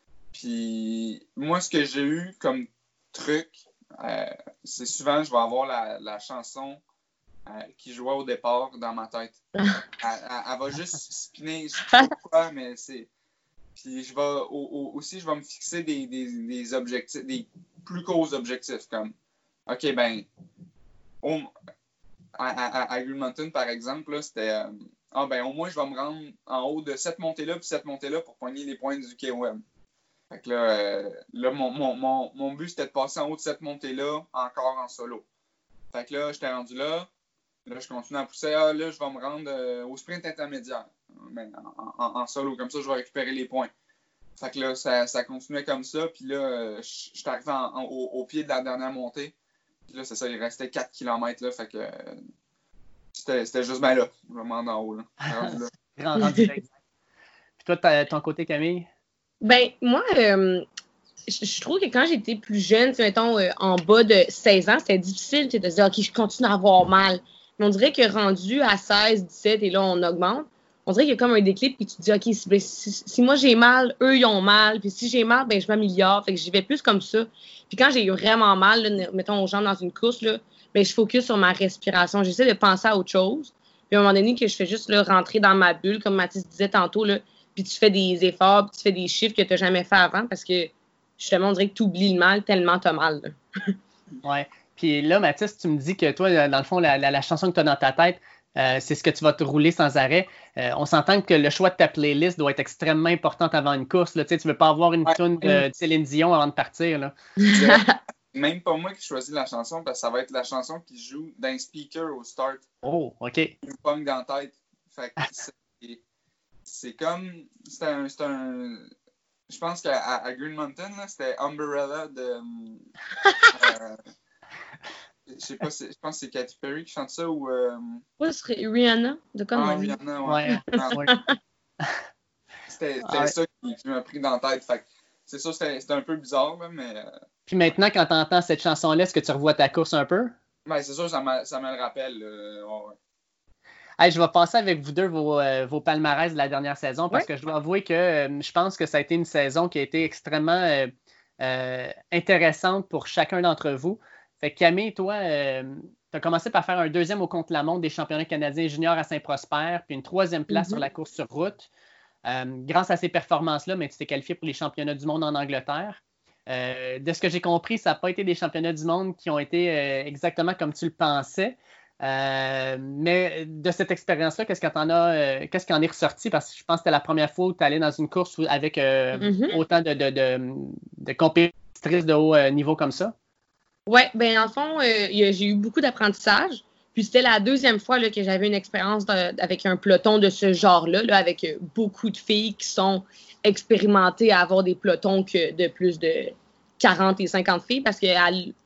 Puis moi, ce que j'ai eu comme truc, c'est souvent, je vais avoir la chanson qui jouait au départ dans ma tête. Elle va juste spinner, je sais pas pourquoi, mais c'est... Puis je vais aussi, je vais me fixer des objectifs, des plus gros objectifs, comme, OK, ben, à Green Mountain, par exemple, là, c'était, au moins, je vais me rendre en haut de cette montée-là, puis cette montée-là pour poigner les points du KOM. Fait que là, mon but, c'était de passer en haut de cette montée-là, encore en solo. Fait que là, j'étais rendu là. Là, je continue à pousser. Là, je vais me rendre au sprint intermédiaire. Mais en solo. Comme ça, je vais récupérer les points. Fait que là, ça continuait comme ça. Puis là, je suis arrivé au pied de la dernière montée. Puis là, c'est ça, il restait 4 km. Là, fait que c'était juste là. Vraiment en haut. Là. Puis toi, ton côté, Camille? Ben, moi, je trouve que quand j'étais plus jeune, mettons, en bas de 16 ans, c'était difficile de se dire, OK, je continue à avoir mal. Mais on dirait que rendu à 16, 17, et là, on augmente, on dirait qu'il y a comme un déclic, puis tu te dis, OK, si moi j'ai mal, eux, ils ont mal, puis si j'ai mal, ben je m'améliore. Fait que j'y vais plus comme ça. Puis quand j'ai eu vraiment mal, là, mettons, aux jambes dans une course, là, mais je focus sur ma respiration. J'essaie de penser à autre chose. Puis à un moment donné, que je fais juste là, rentrer dans ma bulle, comme Mathis disait tantôt, là, puis tu fais des efforts, puis tu fais des chiffres que tu n'as jamais fait avant parce que justement, on dirait que tu oublies le mal tellement tu as mal. Ouais. Puis là, Mathis, tu me dis que toi, dans le fond, la chanson que tu as dans ta tête, c'est ce que tu vas te rouler sans arrêt. On s'entend que le choix de ta playlist doit être extrêmement important avant une course. Là. Tu ne veux pas avoir une toune de Céline Dion avant de partir. Là. Même pas moi qui choisis la chanson parce que ça va être la chanson qui joue d'un speaker au start. Oh, OK. Une pogne dans la tête. Fait que c'est comme. C'est un. Je pense qu'à Green Mountain, là, c'était Umbrella de. Je sais pas, je pense que c'est Katy Perry qui chante ça ou. Ouais, ce serait Rihanna de comment Rihanna, ouais. C'était ça qui m'a pris dans la tête. Fait que c'est ça, c'était un peu bizarre, là, mais. Puis maintenant, quand tu entends cette chanson-là, est-ce que tu revois ta course un peu? Ben, c'est sûr, ça me le rappelle. Ouais. Hey, je vais passer avec vous deux vos palmarès de la dernière saison parce que je dois avouer que je pense que ça a été une saison qui a été extrêmement intéressante pour chacun d'entre vous. Fait que Camille, toi, tu as commencé par faire un deuxième au contre-la-montre des championnats canadiens juniors à Saint-Prosper, puis une troisième place sur la course sur route. Grâce à ces performances-là, mais tu t'es qualifié pour les championnats du monde en Angleterre. De ce que j'ai compris, ça n'a pas été des championnats du monde qui ont été exactement comme tu le pensais. Mais de cette expérience-là, qu'est-ce qui en est ressorti? Parce que je pense que c'était la première fois où tu allais dans une course avec autant de compétitrices de haut niveau comme ça. Oui, bien, en fond, j'ai eu beaucoup d'apprentissage. Puis c'était la deuxième fois là, que j'avais une expérience avec un peloton de ce genre-là, là, avec beaucoup de filles qui sont expérimentées à avoir des pelotons de plus de 40 et 50 filles. Parce que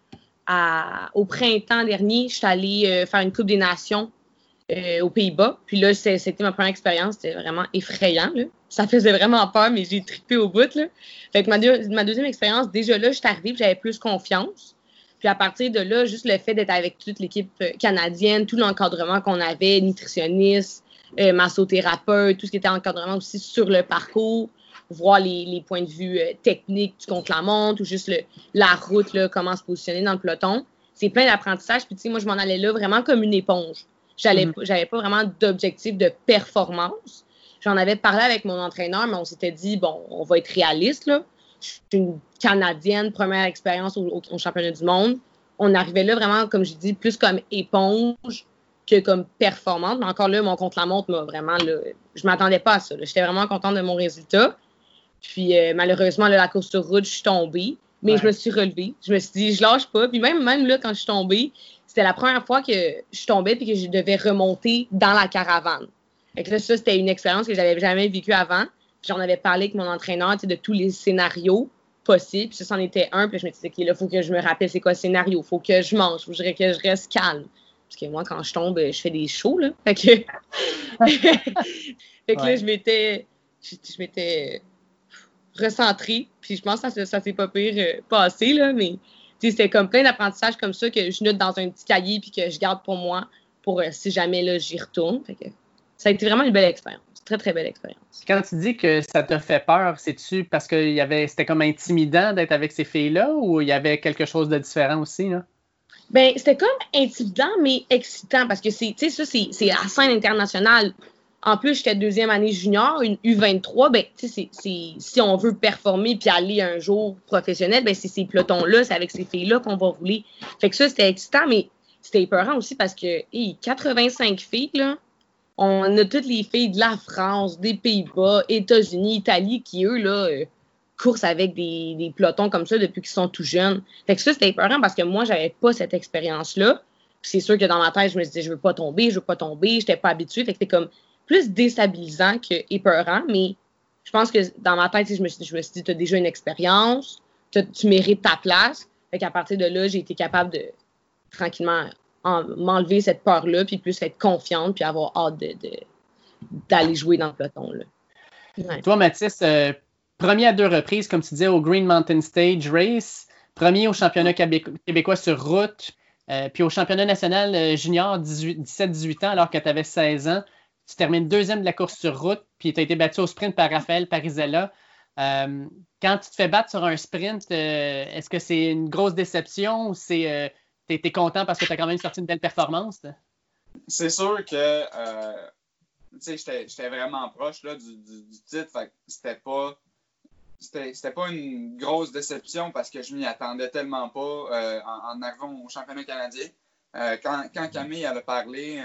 au printemps dernier, je suis allée faire une Coupe des Nations aux Pays-Bas. Puis là, c'était ma première expérience. C'était vraiment effrayant. Là. Ça faisait vraiment peur, mais j'ai trippé au bout. Là. Fait que ma deuxième expérience, déjà là, je suis arrivée et j'avais plus confiance. Puis à partir de là, juste le fait d'être avec toute l'équipe canadienne, tout l'encadrement qu'on avait, nutritionniste, massothérapeute, tout ce qui était encadrement aussi sur le parcours, voir les points de vue techniques du contre-la-montre ou juste la route, là, comment se positionner dans le peloton. C'est plein d'apprentissage. Puis tu sais, moi, je m'en allais là vraiment comme une éponge. J'avais pas vraiment d'objectif de performance. J'en avais parlé avec mon entraîneur, mais on s'était dit, bon, on va être réaliste, là. Je suis une Canadienne, première expérience au championnat du monde. On arrivait là vraiment, comme je dis, plus comme éponge que comme performante. Mais encore là, mon contre-la-montre m'a vraiment... Là, je ne m'attendais pas à ça. Là. J'étais vraiment contente de mon résultat. Puis malheureusement, là, la course sur route, je suis tombée. Mais je me suis relevée. Je me suis dit, je lâche pas. Puis même là, quand je suis tombée, c'était la première fois que je tombais et que je devais remonter dans la caravane. Fait que là, ça, c'était une expérience que je n'avais jamais vécue avant. J'en avais parlé avec mon entraîneur de tous les scénarios possibles. Puis ça, c'en était un. Puis je me disais, OK, là, il faut que je me rappelle c'est quoi le scénario. Il faut que je mange. Il faut que je reste calme. Parce que moi, quand je tombe, je fais des shows. Là. Fait que là, je m'étais recentrée. Puis je pense que ça s'est pas pire passé. Là, mais c'était comme plein d'apprentissages comme ça que je note dans un petit cahier puis que je garde pour moi pour si jamais là, j'y retourne. Fait que ça a été vraiment une belle expérience. Très, très belle expérience. Quand tu dis que ça t'a fait peur, c'est-tu parce que c'était comme intimidant d'être avec ces filles-là ou il y avait quelque chose de différent aussi, là? Bien, c'était comme intimidant, mais excitant parce que c'est la scène internationale. En plus, j'étais deuxième année junior, une U23, ben, si on veut performer puis aller un jour professionnel, ben, c'est ces pelotons-là, c'est avec ces filles-là qu'on va rouler. Fait que ça, c'était excitant, mais c'était épeurant aussi parce que 85 filles, là, on a toutes les filles de la France, des Pays-Bas, États-Unis, Italie qui, eux, là, coursent avec des pelotons comme ça depuis qu'ils sont tout jeunes. Fait que ça, c'était épeurant parce que moi, j'avais pas cette expérience-là. Puis c'est sûr que dans ma tête, je me disais, je veux pas tomber, j'étais pas habituée. Fait que c'était comme plus déstabilisant que épeurant, mais je pense que dans ma tête, je me suis dit, tu as déjà une expérience, tu mérites ta place. Fait qu'à partir de là, j'ai été capable de tranquillement m'enlever cette peur-là, puis plus être confiante, puis avoir hâte d'aller jouer dans le peloton. Là. Ouais. Toi, Mathis, premier à 2 reprises, comme tu disais, au Green Mountain Stage Race, premier au championnat québécois sur route, puis au championnat national junior 17-18 ans, alors que tu avais 16 ans. Tu termines deuxième de la course sur route, puis tu as été battu au sprint par Raphaël Parisella. Quand tu te fais battre sur un sprint, est-ce que c'est une grosse déception ou t'es t'es content parce que tu as quand même sorti une belle performance? C'est sûr que j'étais vraiment proche là, du titre. Fait que c'était pas une grosse déception parce que je m'y attendais tellement pas en arrivant au championnat canadien. Quand Camille elle a parlé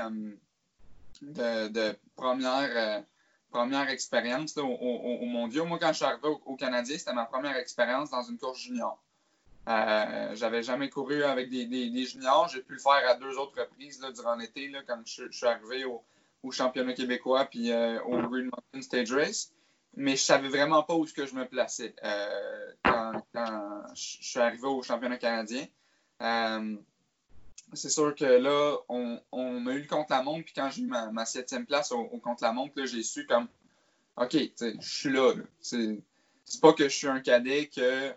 de première expérience là, au mondiaux, moi quand je suis arrivé au Canadien, c'était ma première expérience dans une course junior. J'avais jamais couru avec des juniors. J'ai pu le faire à 2 autres reprises là, durant l'été, là, quand je suis arrivé au championnat québécois puis au Green Mountain Stage Race. Mais je savais vraiment pas où est-ce que je me plaçais quand je suis arrivé au championnat canadien. C'est sûr que là, on a eu le contre-la-montre, puis quand j'ai eu ma 7e place au contre-la-montre, là, j'ai su comme, OK, je suis là. C'est pas que je suis un cadet que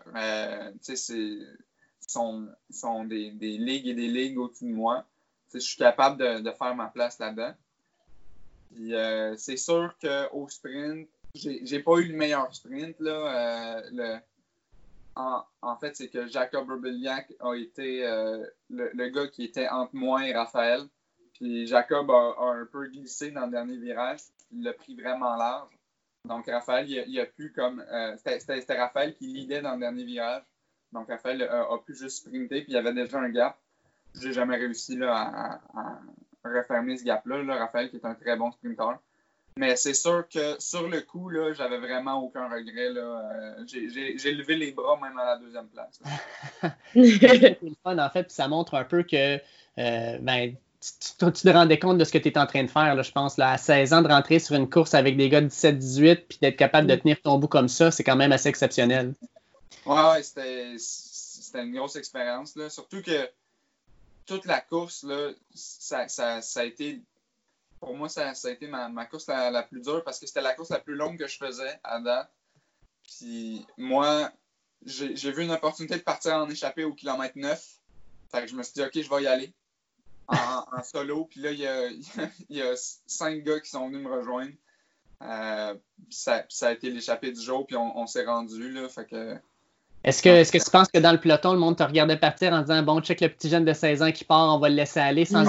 sont des ligues et des ligues au-dessus de moi. Je suis capable de faire ma place là-dedans. Puis, c'est sûr qu'au sprint, j'ai pas eu le meilleur sprint. Là, en fait, c'est que Jacob Rebelliac a été le gars qui était entre moi et Raphaël. Puis Jacob a un peu glissé dans le dernier virage. Il l'a pris vraiment large. Donc Raphaël, il a pu comme... c'était Raphaël qui leadait dans le dernier virage. Donc Raphaël a pu juste sprinter. Puis il y avait déjà un gap. J'ai jamais réussi là, à refermer ce gap-là. Là, Raphaël qui est un très bon sprinter. Mais c'est sûr que sur le coup, là, j'avais vraiment aucun regret. Là. J'ai levé les bras même à la 2e place. C'est le fun, en fait, puis ça montre un peu que tu te rendais compte de ce que tu étais en train de faire, là, je pense. Là, à 16 ans, de rentrer sur une course avec des gars de 17-18 puis d'être capable de tenir ton bout comme ça, c'est quand même assez exceptionnel. Ouais, c'était une grosse expérience. Là. Surtout que toute la course, là, ça a été... Pour moi, ça a été ma course la plus dure parce que c'était la course la plus longue que je faisais à date. Puis moi, j'ai vu une opportunité de partir en échappée au kilomètre 9. Fait que je me suis dit, OK, je vais y aller en solo. Puis là, il y a 5 gars qui sont venus me rejoindre. Ça a été l'échappée du jour, puis on s'est rendu. Là, fait que... Est-ce que tu penses que dans le peloton, le monde te regardait partir en disant, bon, check le petit jeune de 16 ans qui part, on va le laisser aller sans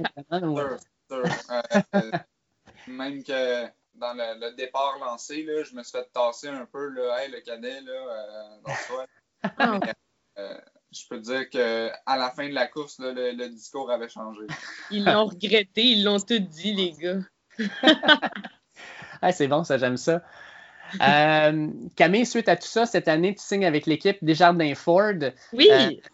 Même que dans le départ lancé, là, je me suis fait tasser un peu, là, hey, le cadet, là, dans le soir. Je peux te dire qu'à la fin de la course, là, le discours avait changé. Ils l'ont regretté, ils l'ont tout dit, les gars. C'est bon, ça, j'aime ça. Camille, suite à tout ça, cette année, tu signes avec l'équipe Desjardins-Ford. Oui!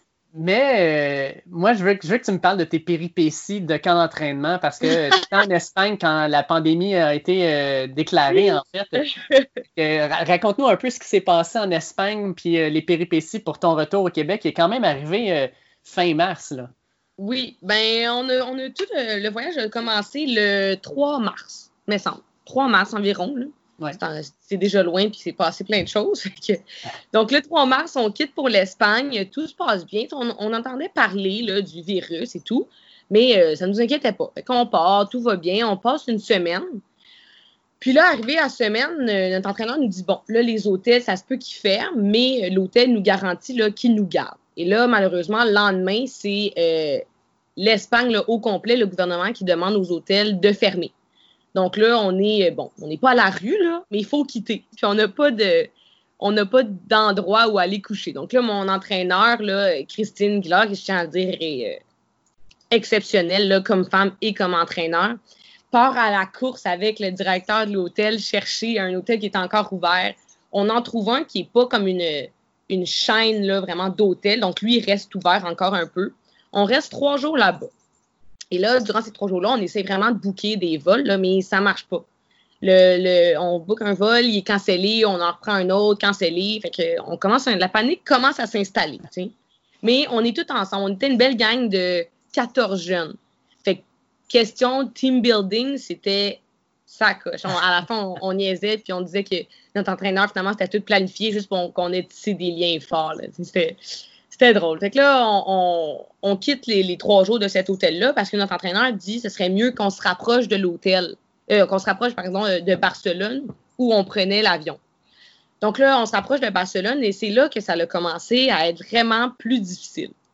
Mais moi, je veux que tu me parles de tes péripéties de camp d'entraînement parce que tu étais en Espagne quand la pandémie a été déclarée, en fait. Raconte-nous un peu ce qui s'est passé en Espagne puis les péripéties pour ton retour au Québec qui est quand même arrivé fin mars. Là. Oui, ben on a tout le voyage a commencé le 3 mars, me semble. 3 mars environ, là. Ouais. C'est déjà loin, puis c'est passé plein de choses. Donc, le 3 mars, on quitte pour l'Espagne. Tout se passe bien. On entendait parler là, du virus et tout, mais ça ne nous inquiétait pas. Fait qu'on part, tout va bien. On passe une semaine. Puis là, arrivé à la semaine, notre entraîneur nous dit, bon, là, les hôtels, ça se peut qu'ils ferment, mais l'hôtel nous garantit là, qu'il nous garde. Et là, malheureusement, le lendemain, c'est l'Espagne là, au complet, le gouvernement qui demande aux hôtels de fermer. Donc là, on n'est pas à la rue, là, mais il faut quitter. Puis on n'a pas d'endroit où aller coucher. Donc là, mon entraîneur, là, Christine Guillard, qui je tiens à dire est exceptionnelle là, comme femme et comme entraîneur, part à la course avec le directeur de l'hôtel chercher un hôtel qui est encore ouvert. On en trouve un qui n'est pas comme une chaîne là, vraiment d'hôtel. Donc lui, il reste ouvert encore un peu. On reste 3 jours là-bas. Et là, durant ces 3 jours-là, on essaie vraiment de booker des vols, là, mais ça ne marche pas. On book un vol, il est cancellé, on en reprend un autre, cancellé. Fait que la panique commence à s'installer. T'sais. Mais on est tous ensemble. On était une belle gang de 14 jeunes. Fait que question team building, c'était ça coche. À la fin, on niaisait, puis on disait que notre entraîneur, finalement, c'était tout planifié juste pour qu'on ait tissé des liens forts. Là. C'était drôle. Fait que là, on quitte les 3 jours de cet hôtel-là parce que notre entraîneur dit que ce serait mieux qu'on se rapproche de l'hôtel, qu'on se rapproche, par exemple, de Barcelone où on prenait l'avion. Donc là, on se rapproche de Barcelone et c'est là que ça a commencé à être vraiment plus difficile.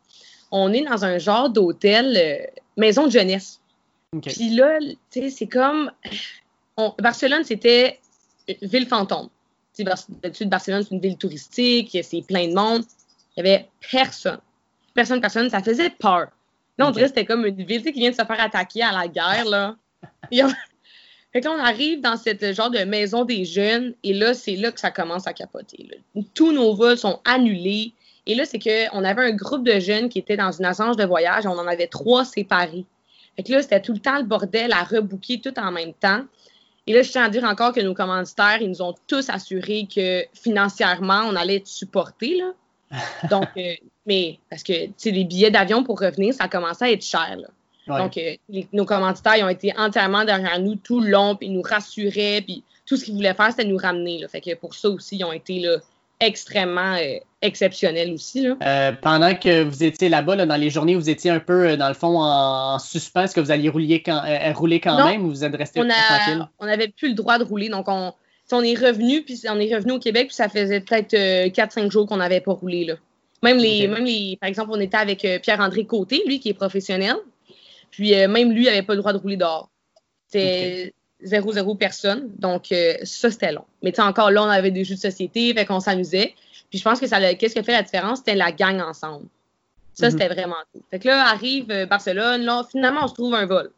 on est dans un genre d'hôtel, maison de jeunesse. OK. Puis là, tu sais, c'est comme... Barcelone, c'était ville fantôme. Tu sais, d'habitude, Barcelone, c'est une ville touristique, c'est plein de monde. Il n'y avait personne. Personne. Ça faisait peur. Là, on dirait que c'était comme une ville qui vient de se faire attaquer à la guerre, là. Fait que là, on arrive dans cette genre de maison des jeunes, et là, c'est là que ça commence à capoter, là. Tous nos vols sont annulés. Et là, c'est qu'on avait un groupe de jeunes qui étaient dans une agence de voyage, et on en avait 3 séparés. Fait que là, c'était tout le temps le bordel à rebooker tout en même temps. Et là, je tiens à dire encore que nos commanditaires, ils nous ont tous assuré que financièrement, on allait être supportés, là. Donc, mais parce que, tu sais, les billets d'avion pour revenir, ça commençait à être cher, là. Ouais. Donc, nos commanditaires, ils ont été entièrement derrière nous tout le long, puis ils nous rassuraient, puis tout ce qu'ils voulaient faire, c'était nous ramener, là. Fait que pour ça aussi, ils ont été là, extrêmement exceptionnels aussi, là. Pendant que vous étiez là-bas, là, dans les journées, vous étiez un peu, dans le fond, en suspens. Est-ce que vous alliez rouler quand Non, même ou vous êtes resté tranquille? On n'avait plus le droit de rouler, donc on est revenu au Québec, puis ça faisait peut-être 4-5 jours qu'on n'avait pas roulé, là. Même par exemple, on était avec Pierre-André Côté, lui, qui est professionnel. Puis même lui, il n'avait pas le droit de rouler dehors. C'était 0 personne. Donc, ça, c'était long. Mais tu sais, encore là, on avait des jeux de société, fait qu'on s'amusait. Puis je pense que qu'est-ce qui a fait la différence? C'était la gang ensemble. Ça, c'était vraiment tout. Fait que là, arrive Barcelone. Là, finalement, on se trouve un vol.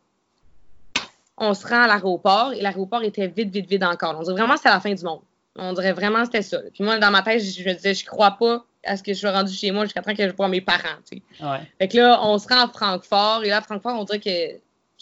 On se rend à l'aéroport et l'aéroport était vide encore. On dirait vraiment que c'était la fin du monde. On dirait vraiment que c'était ça. Puis moi, dans ma tête, je me disais, je crois pas à ce que je suis rendu chez moi jusqu'à temps que je vois mes parents, tu sais. Ouais. Fait que là, on se rend à Francfort, et là, à Francfort, on dirait que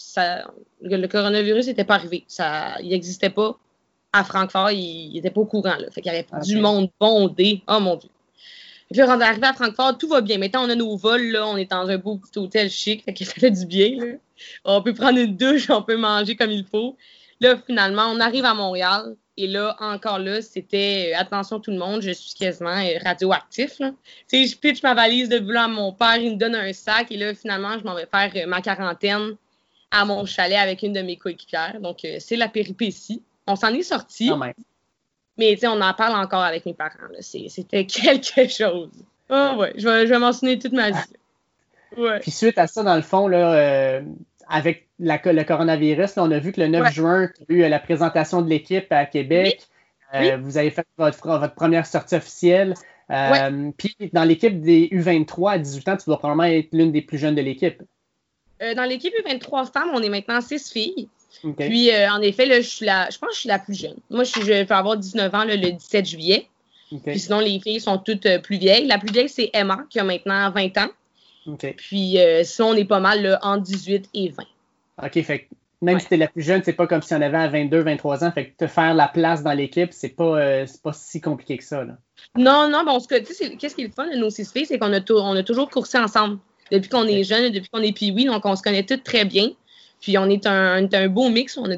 le coronavirus n'était pas arrivé. Il n'existait pas. À Francfort, il n'était pas au courant, là. Fait qu'il y avait du monde bondé. Oh mon Dieu. Fait que là, on est arrivé à Francfort, tout va bien. Maintenant, on a nos vols, là. On est dans un beau petit hôtel chic. Fait que ça fait du bien, là. On peut prendre une douche, on peut manger comme il faut. Là, finalement, on arrive à Montréal. Et là, encore là, c'était attention tout le monde, je suis quasiment radioactif, là. Tu sais, je pitch ma valise de boulot à mon père, il me donne un sac. Et là, finalement, je m'en vais faire ma quarantaine à mon chalet avec une de mes coéquipières. Donc, c'est la péripétie. On s'en est sortis. Quand même. Mais, tu sais, on en parle encore avec mes parents, là. C'était quelque chose. Oh, ouais, je vais m'en souvenir toute ma vie. Ouais. Puis suite à ça, dans le fond, là, avec le coronavirus, là, on a vu que le 9 juin, tu as eu la présentation de l'équipe à Québec. Oui. Vous avez fait votre première sortie officielle. Puis dans l'équipe des U23 à 18 ans, tu dois probablement être l'une des plus jeunes de l'équipe. Dans l'équipe U23 femmes, on est maintenant 6 filles. Okay. Puis, en effet, là, je pense que je suis la plus jeune. Moi, je vais avoir 19 ans là, le 17 juillet. Okay. Puis sinon, les filles sont toutes plus vieilles. La plus vieille, c'est Emma, qui a maintenant 20 ans. Okay. Puis, sinon, on est pas mal là, entre 18 et 20. OK, fait que même si t'es la plus jeune, c'est pas comme si on avait à 22, 23 ans. Fait que te faire la place dans l'équipe, c'est pas si compliqué que ça, là. Non, bon, tu sais, qu'est-ce qui est le fun de nos 6 filles, c'est qu'on a toujours coursé ensemble. Depuis qu'on est jeunes, depuis qu'on est puis donc on se connaît toutes très bien. Puis on est un beau mix, on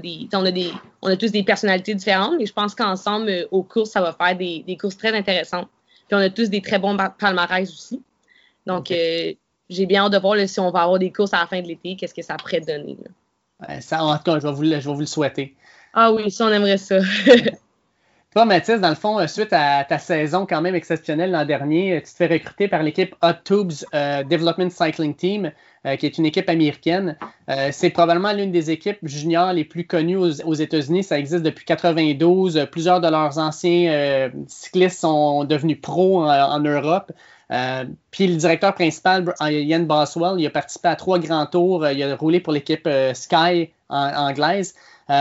a tous des personnalités différentes, mais je pense qu'ensemble, aux courses, ça va faire des courses très intéressantes. Puis on a tous des très bons palmarès aussi. Donc, j'ai bien hâte de voir là, si on va avoir des courses à la fin de l'été, qu'est-ce que ça pourrait donner. Là. Ça, en tout cas, je vais vous le souhaiter. Ah oui, ça, on aimerait ça. Toi, Mathis, dans le fond, suite à ta saison quand même exceptionnelle l'an dernier, tu te fais recruter par l'équipe Hot Tubes Development Cycling Team, qui est une équipe américaine. C'est probablement l'une des équipes juniors les plus connues aux États-Unis. Ça existe depuis 1992. Plusieurs de leurs anciens cyclistes sont devenus pros en Europe. Puis le directeur principal, Ian Boswell, il a participé à 3 grands tours. Il a roulé pour l'équipe Sky anglaise.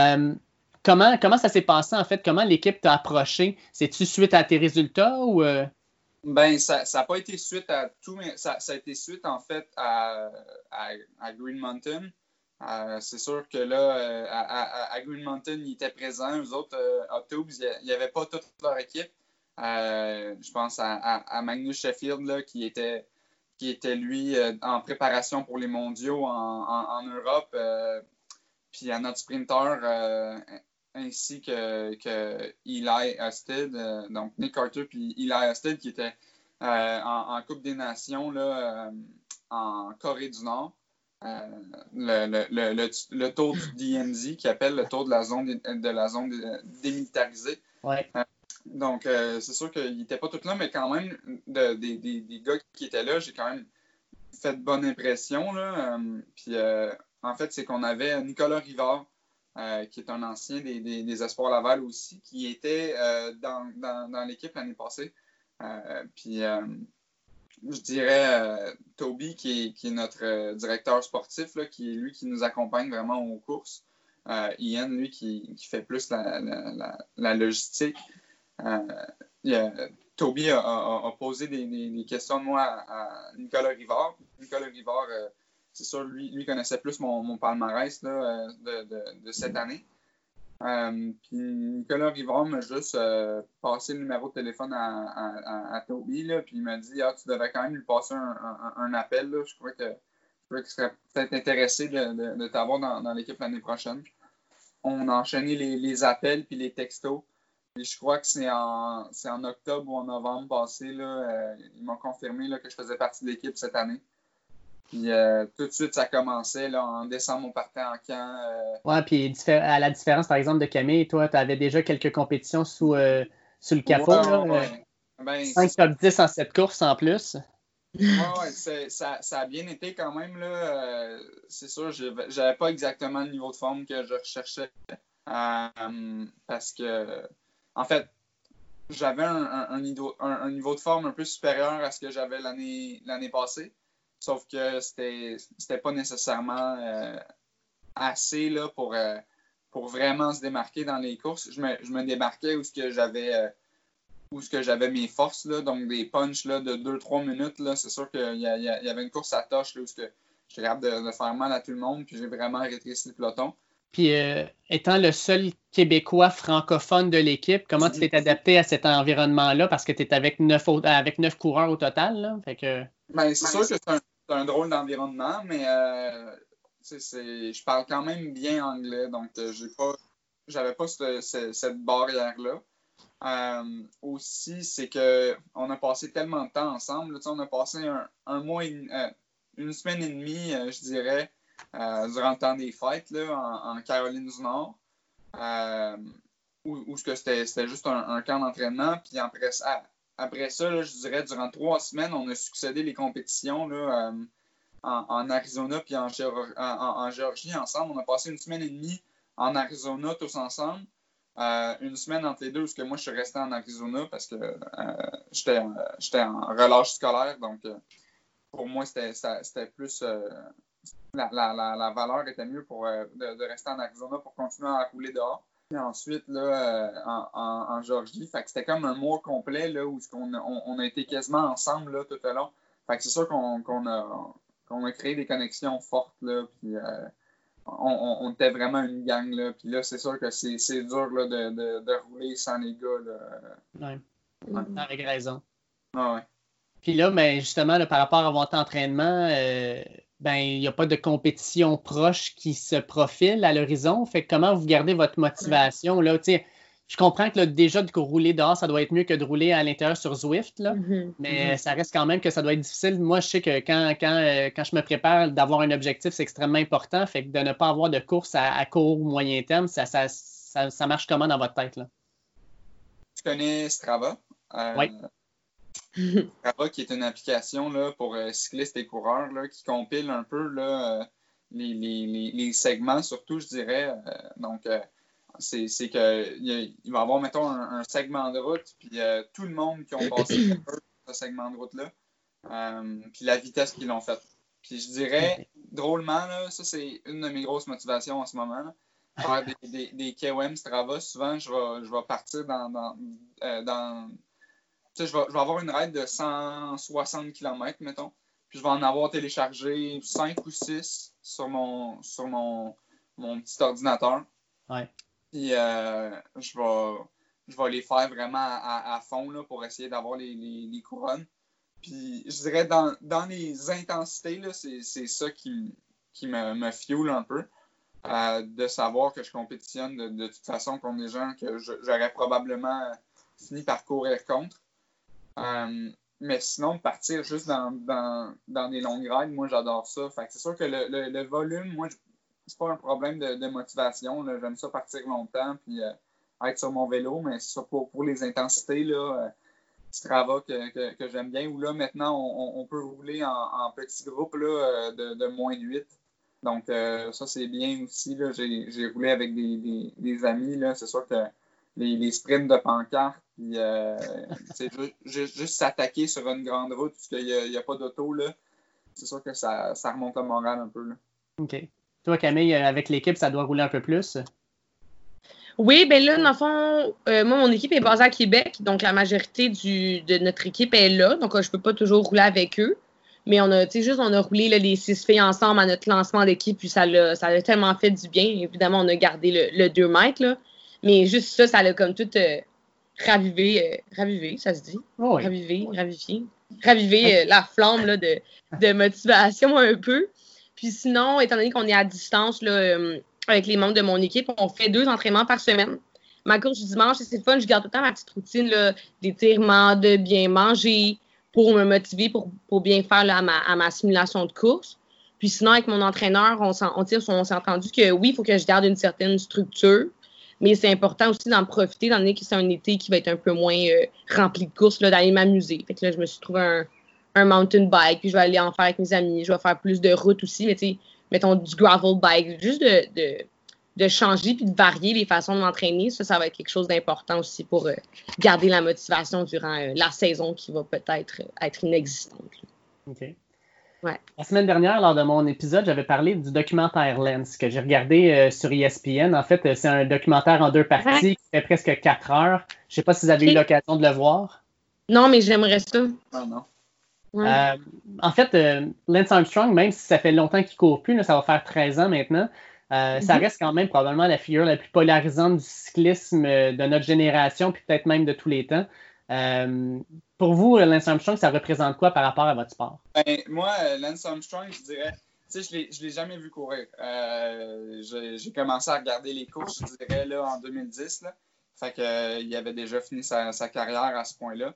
Comment ça s'est passé, en fait? Comment l'équipe t'a approché? C'est-tu suite à tes résultats ou... Ben, ça n'a pas été suite à tout, mais ça a été suite, en fait, à Green Mountain. C'est sûr que là, à Green Mountain, ils étaient présents. Eux autres, Hot Tubes, il n'y avait pas toute leur équipe. Je pense à Magnus Sheffield, là, qui était lui, en préparation pour les mondiaux en Europe. Puis à notre sprinter... ainsi que Eli Hosted, donc Nick Carter puis Eli Hosted qui était en Coupe des Nations là, en Corée du Nord. Le tour du DMZ qui appelle le tour de la zone démilitarisée. Ouais. Donc, c'est sûr qu'il n'était pas tout là, mais quand même, des gars qui étaient là, j'ai quand même fait bonne impression. Là. Puis en fait, c'est qu'on avait Nicolas Rivard, qui est un ancien des Espoirs Laval aussi, qui était dans l'équipe l'année passée. Puis je dirais Toby, qui est notre directeur sportif, là, qui est lui qui nous accompagne vraiment aux courses. Ian, lui, qui fait plus la logistique. Toby a posé des questions de moi à Nicolas Rivard. Nicolas Rivard, c'est sûr, lui connaissait plus mon palmarès là, de cette année. Puis Nicolas Rivard m'a juste passé le numéro de téléphone à Toby, là, puis il m'a dit tu devrais quand même lui passer un appel. Là. Je crois qu'il serait peut-être intéressé de t'avoir dans l'équipe l'année prochaine. On a enchaîné les appels puis les textos. Puis je crois que c'est en octobre ou en novembre passé, là, ils m'ont confirmé là, que je faisais partie de l'équipe cette année. Puis tout de suite, ça commençait. Là, en décembre, on partait en camp. Ouais, puis à la différence, par exemple, de Camille, toi, tu avais déjà quelques compétitions sous le capot. Ouais. Ben, 5 top 10 en 7 courses en plus. Ouais, ça a bien été quand même. Là, c'est sûr, j'avais pas exactement le niveau de forme que je recherchais. Parce que, en fait, j'avais un niveau de forme un peu supérieur à ce que j'avais l'année passée. Sauf que c'était pas nécessairement assez là, pour vraiment se démarquer dans les courses. Je me démarquais où ce que j'avais mes forces, là, donc des punches là, de 2-3 minutes. Là, c'est sûr qu'il y avait une course à toche là, où j'étais capable de faire mal à tout le monde, puis j'ai vraiment rétréci le peloton. Puis, étant le seul Québécois francophone de l'équipe, comment tu t'es adapté à cet environnement-là? Parce que tu es avec 9 coureurs au total. Là. Fait que... Ben, c'est sûr que c'est un drôle d'environnement, mais je parle quand même bien anglais, donc j'avais pas cette barrière-là. Aussi, c'est qu'on a passé tellement de temps ensemble. Là, on a passé un mois, une semaine et demie, je dirais, durant le temps des fêtes là, en Caroline du Nord, où c'était juste un camp d'entraînement. Puis après ça, là, je dirais, durant 3 semaines, on a succédé les compétitions là, en Arizona puis en Géorgie ensemble. On a passé une semaine et demie en Arizona tous ensemble. Une semaine entre les deux, parce que moi, je suis resté en Arizona parce que j'étais en relâche scolaire. Donc, pour moi, c'était plus... la valeur était mieux de rester en Arizona pour continuer à rouler dehors. Puis ensuite, là, en Géorgie, fait que c'était comme un mois complet là, où on a été quasiment ensemble là, tout le long. Fait que c'est sûr qu'on a créé des connexions fortes. Là, puis, on était vraiment une gang, là. Puis là, c'est sûr que c'est dur là, de rouler sans les gars. Là. Ouais. Avec raison. Ouais. Puis là, ben, justement, là, par rapport à votre entraînement, il n'y a pas de compétition proche qui se profile à l'horizon. Fait que comment vous gardez votre motivation? Là, je comprends que là, déjà de rouler dehors, ça doit être mieux que de rouler à l'intérieur sur Zwift, là, mais ça reste quand même que ça doit être difficile. Moi, je sais que quand je me prépare, d'avoir un objectif, c'est extrêmement important. Fait que de ne pas avoir de course à court ou moyen terme, ça marche comment dans votre tête? Là? Tu connais Strava? Oui. Strava, qui est une application là, pour cyclistes et coureurs là, qui compile un peu là, les segments, surtout, je dirais. Donc, c'est qu'il va y avoir, mettons, un segment de route, puis tout le monde qui ont passé ce segment de route-là, puis la vitesse qu'ils l'ont fait. Puis je dirais, drôlement, là, ça, c'est une de mes grosses motivations en ce moment. Là. Faire des KOM Strava, souvent, je vais partir je vais avoir une ride de 160 km, mettons. Puis je vais en avoir téléchargé 5 ou 6 sur mon petit ordinateur. Ouais. Puis je vais les faire vraiment à fond là, pour essayer d'avoir les couronnes. Puis je dirais dans les intensités, là, c'est ça qui me fuel un peu. De savoir que je compétitionne de toute façon contre des gens que j'aurais probablement fini par courir contre. Mais sinon, partir juste dans des longues rides, moi, j'adore ça. Fait que c'est sûr que le volume, moi, c'est pas un problème de motivation. Là. J'aime ça partir longtemps puis être sur mon vélo, mais c'est ça pour les intensités, là, Strava que j'aime bien, où là, maintenant, on peut rouler en petits groupes là, de moins de 8. Donc, ça, c'est bien aussi. Là. J'ai roulé avec des amis. Là. C'est sûr que les sprints de pancarte, puis c'est juste s'attaquer sur une grande route parce qu'il n'y a pas d'auto, là. C'est sûr que ça remonte le moral un peu. Là. OK. Toi, Camille, avec l'équipe, ça doit rouler un peu plus? Oui, ben là, dans le fond, moi, mon équipe est basée à Québec, donc la majorité de notre équipe est là, donc je peux pas toujours rouler avec eux. Mais on a roulé là, les 6 filles ensemble à notre lancement d'équipe, puis ça a tellement fait du bien. Évidemment, on a gardé le 2 mètres, là. Mais juste ça l'a comme tout ravivé, ça se dit? Oh oui. Raviver la flamme là, de motivation un peu. Puis sinon, étant donné qu'on est à distance là, avec les membres de mon équipe, on fait 2 entraînements par semaine. Ma course du dimanche, c'est le fun, je garde tout le temps ma petite routine là, d'étirement, de bien manger, pour me motiver, pour bien faire là, à ma simulation de course. Puis sinon, avec mon entraîneur, on s'est entendu que oui, il faut que je garde une certaine structure, mais c'est important aussi d'en profiter, étant donné que c'est un été qui va être un peu moins rempli de courses, là, d'aller m'amuser. Fait que là, je me suis trouvé un mountain bike, puis je vais aller en faire avec mes amis. Je vais faire plus de route aussi, mais tu sais, mettons du gravel bike, juste de changer puis de varier les façons de m'entraîner. Ça va être quelque chose d'important aussi pour garder la motivation durant la saison qui va peut-être être inexistante. OK. Ouais. La semaine dernière, lors de mon épisode, j'avais parlé du documentaire Lens que j'ai regardé sur ESPN. En fait, c'est un documentaire en 2 parties qui fait presque 4 heures. Je ne sais pas si vous avez eu l'occasion de le voir. Non, mais j'aimerais ça. Ah non. Ouais. En fait, Lance Armstrong, même si ça fait longtemps qu'il ne court plus, là, ça va faire 13 ans maintenant, ça reste quand même probablement la figure la plus polarisante du cyclisme de notre génération, puis peut-être même de tous les temps. Pour vous, Lance Armstrong, ça représente quoi par rapport à votre sport? Ben, moi, Lance Armstrong, je dirais, tu sais, je l'ai jamais vu courir. J'ai commencé à regarder les courses, je dirais, là, en 2010. Là. Fait que, il avait déjà fini sa carrière à ce point-là.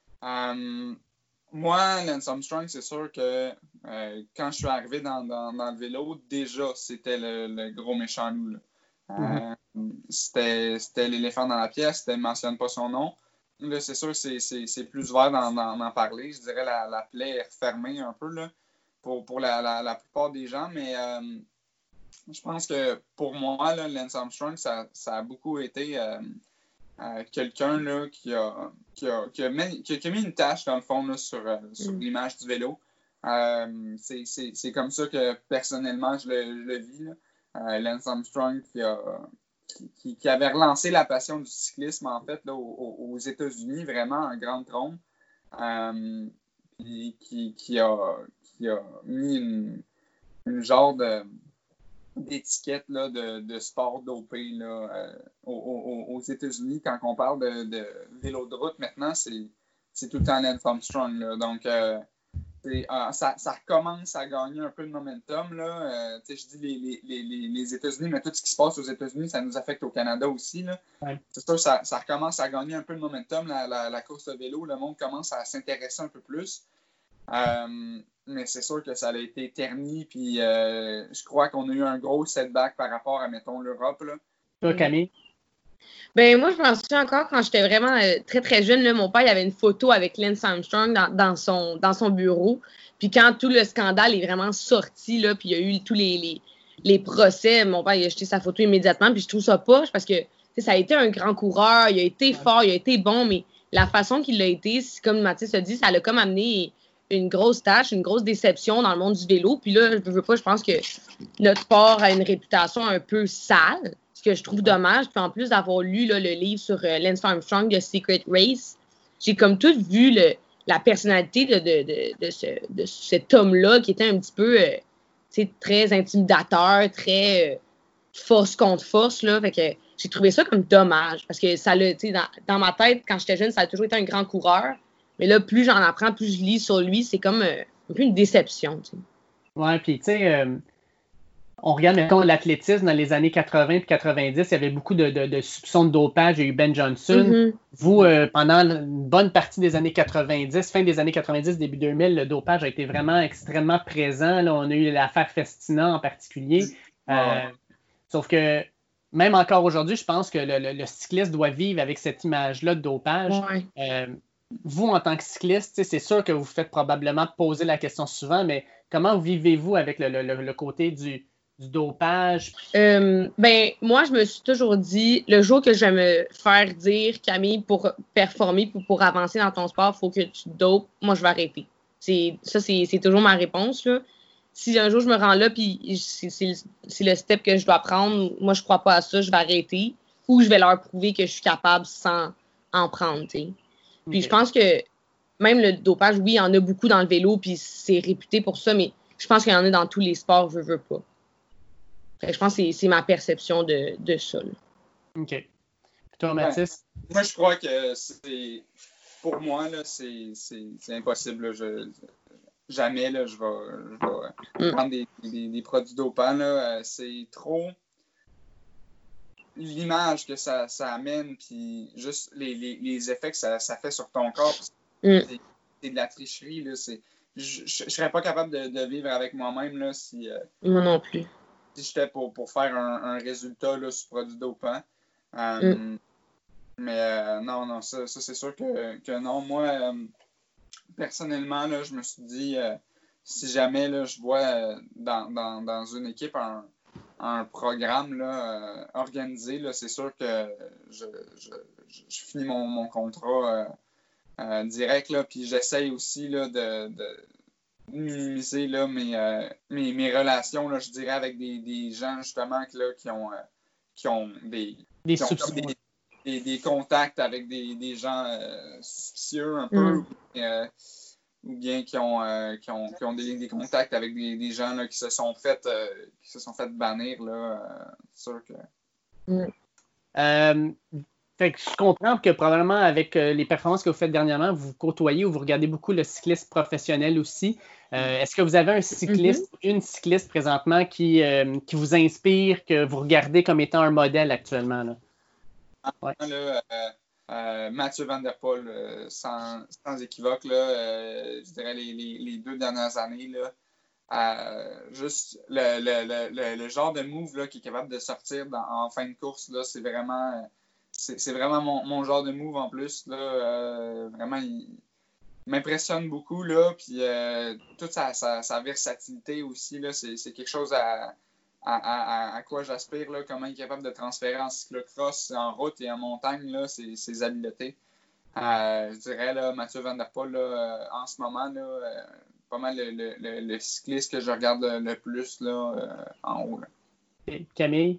Moi, Lance Armstrong, c'est sûr que quand je suis arrivé dans le vélo, déjà, c'était le gros méchant loup. Là. C'était l'éléphant dans la pièce, c'était ne mentionne pas son nom. Là, c'est sûr, c'est plus ouvert d'en parler. Je dirais la plaie est refermée un peu là, pour la plupart des gens, mais je pense que pour moi, là, Lance Armstrong, ça a beaucoup été quelqu'un là, qui a mis une tâche, dans le fond, là, sur l'image du vélo. C'est comme ça que, personnellement, je le vis. Là. Lance Armstrong qui avait relancé la passion du cyclisme, en fait, là, aux États-Unis, vraiment en grande trompe. Qui a mis une genre d'étiquette là, de sport dopé là, aux États-Unis. Quand on parle de vélo de route, maintenant, c'est tout le temps Lance Armstrong. Là. Donc, ça commence à gagner un peu de momentum. Là. Je dis les États-Unis, mais tout ce qui se passe aux États-Unis, ça nous affecte au Canada aussi. Là. Ouais. C'est sûr, ça recommence à gagner un peu de momentum, la course de vélo. Le monde commence à s'intéresser un peu plus. Mais c'est sûr que ça a été terni, puis je crois qu'on a eu un gros setback par rapport à, mettons, l'Europe. Là. Toi, Camille? Ben moi, je m'en souviens encore quand j'étais vraiment très, très jeune. Là, mon père, il avait une photo avec Lance Armstrong dans son bureau. Puis quand tout le scandale est vraiment sorti, là, puis il y a eu tous les procès, mon père, il a jeté sa photo immédiatement. Puis je trouve ça poche parce que ça a été un grand coureur, il a été fort, il a été bon, mais la façon qu'il l'a été, comme Mathis a dit, ça l'a comme amené une grosse tâche, une grosse déception dans le monde du vélo. Puis là, je pense que notre sport a une réputation un peu sale. Ce que je trouve dommage. Puis en plus d'avoir lu là, le livre sur Lance Armstrong, The Secret Race, j'ai comme tout vu la personnalité de cet homme-là qui était un petit peu très intimidateur, très force contre force. Là. Fait que j'ai trouvé ça comme dommage parce que ça l'a, dans ma tête, quand j'étais jeune, ça a toujours été un grand coureur. Mais là, plus j'en apprends, plus je lis sur lui, c'est comme un peu une déception. T'sais. Ouais, puis tu sais... On regarde, mettons, l'athlétisme dans les années 80 et 90, il y avait beaucoup de soupçons de dopage. Il y a eu Ben Johnson. Mm-hmm. Vous, pendant une bonne partie des années 90, fin des années 90, début 2000, le dopage a été vraiment extrêmement présent. Là, on a eu l'affaire Festina en particulier. Sauf que même encore aujourd'hui, je pense que le cycliste doit vivre avec cette image-là de dopage. Ouais. vous, en tant que cycliste, c'est sûr que vous faites probablement poser la question souvent, mais comment vivez-vous avec le côté du dopage? Moi, je me suis toujours dit, le jour que je vais me faire dire, Camille, pour performer, pour avancer dans ton sport, il faut que tu te dopes, moi, je vais arrêter. C'est toujours ma réponse, là. Si un jour je me rends là, puis c'est le step que je dois prendre, moi, je crois pas à ça, je vais arrêter, ou je vais leur prouver que je suis capable sans en prendre, tu sais. Puis Okay. je pense que même le dopage, oui, il y en a beaucoup dans le vélo, puis c'est réputé pour ça, mais je pense qu'il y en a dans tous les sports, je veux pas. Je pense que c'est ma perception de ça. Là. OK. Puis toi, Mathis? Moi, je crois que pour moi, là, c'est impossible. Là. Jamais là, je vais prendre des produits dopants. Là. C'est trop l'image que ça amène, puis juste les effets que ça fait sur ton corps. C'est de la tricherie. Là. Je serais pas capable de vivre avec moi-même là, si. Moi non plus. Si j'étais pour faire un résultat là, sur produit dopant. Mais non, ça c'est sûr que non. Moi, personnellement, là, je me suis dit, si jamais là, je vois dans une équipe un programme là, organisé, là, c'est sûr que je finis mon contrat direct, là, puis j'essaye aussi là, de minimiser là, mes relations, là, je dirais, avec des gens justement là, qui ont des contacts avec des gens suspicieux un peu, ou bien qui ont des contacts avec des gens là, qui se sont fait bannir. Là, c'est sûr que. Fait que je comprends que probablement avec les performances que vous faites dernièrement, vous côtoyez ou vous regardez beaucoup le cyclisme professionnel aussi. Est-ce que vous avez un cycliste, une cycliste présentement qui vous inspire, que vous regardez comme étant un modèle actuellement? Là? Ouais. Là, Mathieu Van Der Poel, sans équivoque, là, je dirais les 2 dernières années, là, juste le genre de move là, qui est capable de sortir en fin de course, là, c'est vraiment mon genre de move en plus. Là, vraiment, il m'impressionne beaucoup. Là, puis toute sa versatilité aussi, là, c'est quelque chose à quoi j'aspire, là, comment il est capable de transférer en cyclocross, en route et en montagne, là, ses habiletés. Je dirais, là, Mathieu Van Der Poel, là, en ce moment, là, pas mal le cycliste que je regarde le plus là, en haut. Là. Et Camille?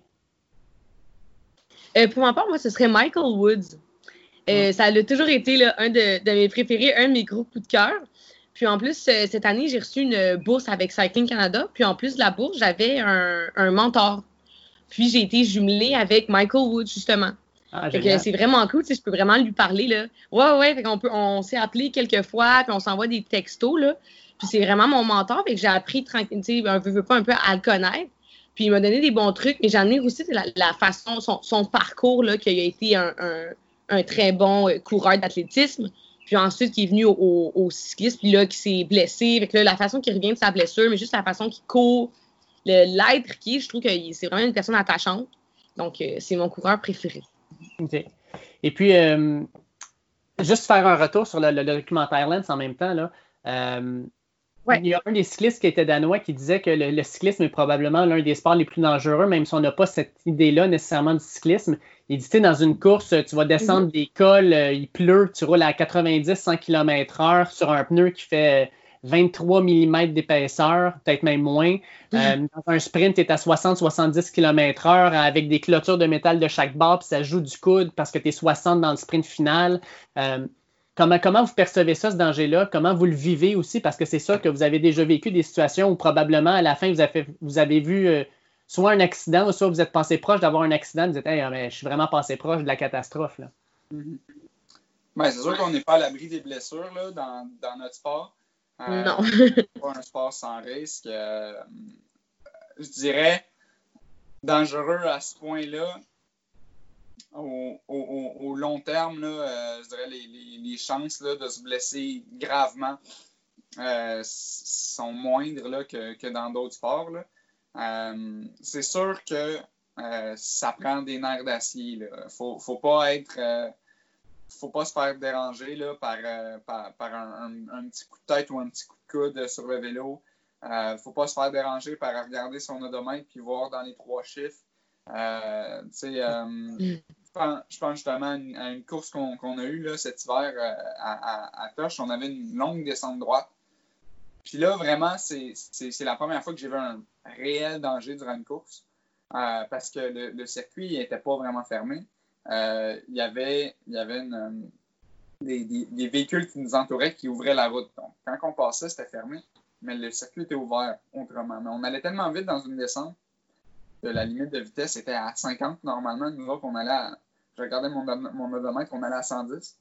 Pour ma part, moi, ce serait Michael Woods. Ça a toujours été là, un de mes préférés, un de mes gros coups de cœur. Puis en plus, cette année, j'ai reçu une bourse avec Cycling Canada. Puis en plus de la bourse, j'avais un mentor. Puis j'ai été jumelée avec Michael Woods, justement. Fait que c'est vraiment cool, je peux vraiment lui parler. Là. Ouais, fait on s'est appelé quelques fois, puis on s'envoie des textos. Là. Puis c'est vraiment mon mentor, fait que j'ai appris tranquille, un peu à le connaître. Puis il m'a donné des bons trucs, mais j'en ai aussi la façon, son parcours, là, qu'il a été un très bon coureur d'athlétisme. Puis ensuite, qui est venu au cyclisme, puis là, qui s'est blessé. Fait que là, la façon qu'il revient de sa blessure, mais juste la façon qu'il court, l'être qui est, je trouve que c'est vraiment une personne attachante. Donc, c'est mon coureur préféré. OK. Et puis, juste faire un retour sur le documentaire Lens en même temps, là. Il y a un des cyclistes qui était danois qui disait que le cyclisme est probablement l'un des sports les plus dangereux, même si on n'a pas cette idée-là nécessairement du cyclisme. Il dit, dans une course, tu vas descendre des cols, il pleut, tu roules à 90-100 km/h sur un pneu qui fait 23 mm d'épaisseur, peut-être même moins. Dans un sprint, tu es à 60-70 km/h avec des clôtures de métal de chaque bord, puis ça joue du coude parce que tu es 60 dans le sprint final. Comment vous percevez ça, ce danger-là? Comment vous le vivez aussi? Parce que c'est sûr que vous avez déjà vécu des situations où probablement à la fin, vous avez vu soit un accident ou soit vous êtes passé proche d'avoir un accident. Vous dites, hey, mais je suis vraiment passé proche de la catastrophe. Là. Ben, c'est sûr qu'on n'est pas à l'abri des blessures là, dans notre sport. Non. C'est pas un sport sans risque. Je dirais dangereux à ce point-là. Au long terme, là, je dirais les chances là, de se blesser gravement sont moindres là, que dans d'autres sports. Là. C'est sûr que ça prend des nerfs d'acier. Faut pas être faut pas se faire déranger là, par un petit coup de tête ou un petit coup de coude sur le vélo. Faut pas se faire déranger par regarder son odomètre puis voir dans les 3 chiffres. Je pense justement à une course qu'on a eue là, cet hiver à Toche. On avait une longue descente droite. Puis là, vraiment, c'est la première fois que j'ai vu un réel danger durant une course. Parce que le circuit n'était pas vraiment fermé. Il y avait des véhicules qui nous entouraient qui ouvraient la route. Donc, quand on passait, c'était fermé, mais le circuit était ouvert autrement. Mais on allait tellement vite dans une descente que la limite de vitesse était à 50 normalement. Nous autres, je regardais mon odomètre, on allait à 110.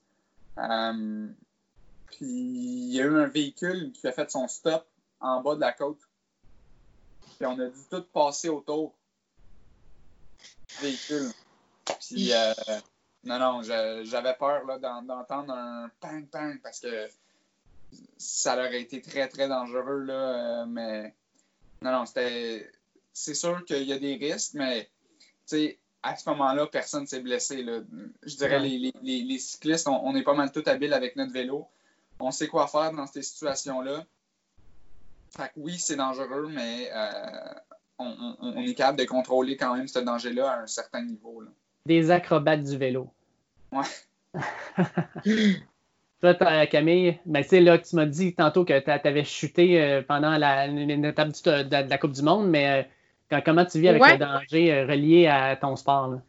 Puis il y a eu un véhicule qui a fait son stop en bas de la côte. Puis on a dû tout passer autour du véhicule. Puis non, j'avais peur là, d'entendre un pang parce que ça aurait été très très dangereux là, mais non, c'est sûr qu'il y a des risques, mais tu sais, à ce moment-là, personne ne s'est blessé là. Je dirais les cyclistes, on est pas mal tout habiles avec notre vélo. On sait quoi faire dans ces situations-là. Fait que oui, c'est dangereux, mais on est capable de contrôler quand même ce danger-là à un certain niveau là. Des acrobates du vélo. Ouais. Toi, Camille, ben, tu sais, là, tu m'as dit tantôt que tu avais chuté pendant une étape de la Coupe du Monde, mais comment tu vis avec le danger relié à ton sport? Là?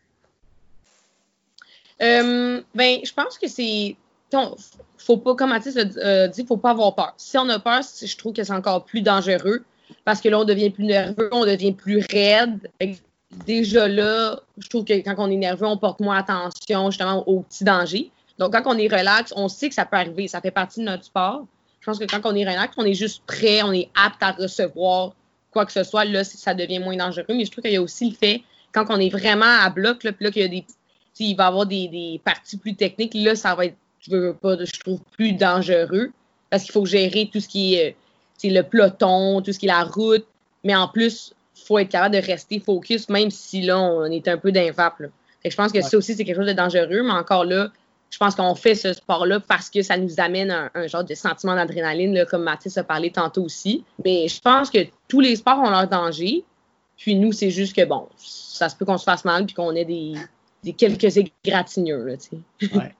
Je pense que c'est... Faut pas, comme Mathis a dit, faut pas avoir peur. Si on a peur, je trouve que c'est encore plus dangereux parce que là, on devient plus nerveux, on devient plus raide. Déjà là, je trouve que quand on est nerveux, on porte moins attention justement aux petits dangers. Donc, quand on est relax, on sait que ça peut arriver. Ça fait partie de notre sport. Je pense que quand on est relax, on est juste prêt, on est apte à recevoir quoi que ce soit. Là, ça devient moins dangereux. Mais je trouve qu'il y a aussi le fait, quand on est vraiment à bloc, là, puis là, qu'il y a il va y avoir des parties plus techniques, là, ça va être, je trouve, plus dangereux parce qu'il faut gérer tout ce qui est le peloton, tout ce qui est la route. Mais en plus, il faut être capable de rester focus, même si là, on est un peu d'invape. Je pense que ça aussi, c'est quelque chose de dangereux, mais encore là, je pense qu'on fait ce sport-là parce que ça nous amène un genre de sentiment d'adrénaline, là, comme Mathis a parlé tantôt aussi. Mais je pense que tous les sports ont leur danger. Puis nous, c'est juste que, bon, ça se peut qu'on se fasse mal puis qu'on ait des quelques égratignures. Là, ouais.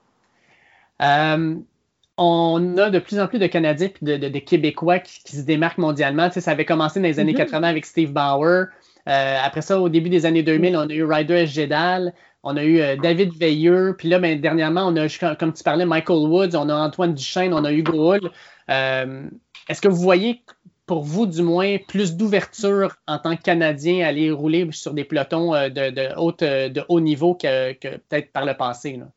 On a de plus en plus de Canadiens et de Québécois qui se démarquent mondialement. Ça avait commencé dans les années 80 avec Steve Bauer. Après ça, au début des années 2000, on a eu Ryder Gedal. On a eu David Veilleux. Puis là, dernièrement, on a, comme tu parlais, Michael Woods. On a Antoine Duchesne. On a Hugo Hull. Est-ce que vous voyez, pour vous du moins, plus d'ouverture en tant que Canadien à aller rouler sur des pelotons de haut niveau que peut-être par le passé? Là?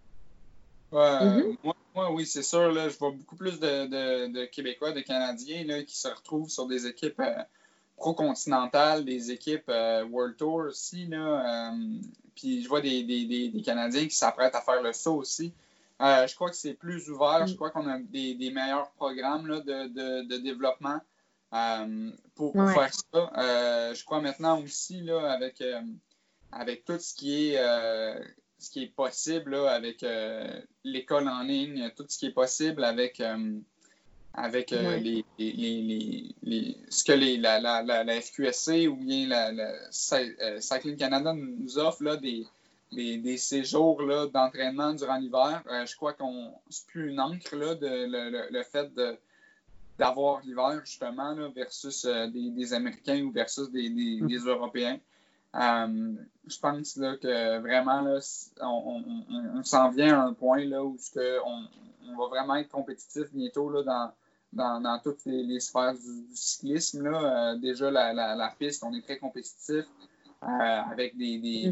Moi, oui, c'est sûr. Là, je vois beaucoup plus de Québécois, de Canadiens là, qui se retrouvent sur des équipes pro-continentales, des équipes World Tour aussi. Puis je vois des Canadiens qui s'apprêtent à faire le saut aussi. Je crois que c'est plus ouvert. Je crois qu'on a des meilleurs programmes là, de développement pour faire ça. Je crois maintenant aussi là, avec tout ce qui est possible là, avec l'école en ligne, tout ce qui est possible avec ce que la FQSC ou bien la Cycling Canada nous offre là, des séjours là, d'entraînement durant l'hiver. Je crois qu'on c'est plus une encre là, le fait d'avoir l'hiver justement là, versus des Américains ou versus des Européens. Je pense là, que vraiment là, on s'en vient à un point là, où on va vraiment être compétitif bientôt là, dans toutes les sphères du cyclisme. Là. Déjà, la piste, on est très compétitif avec des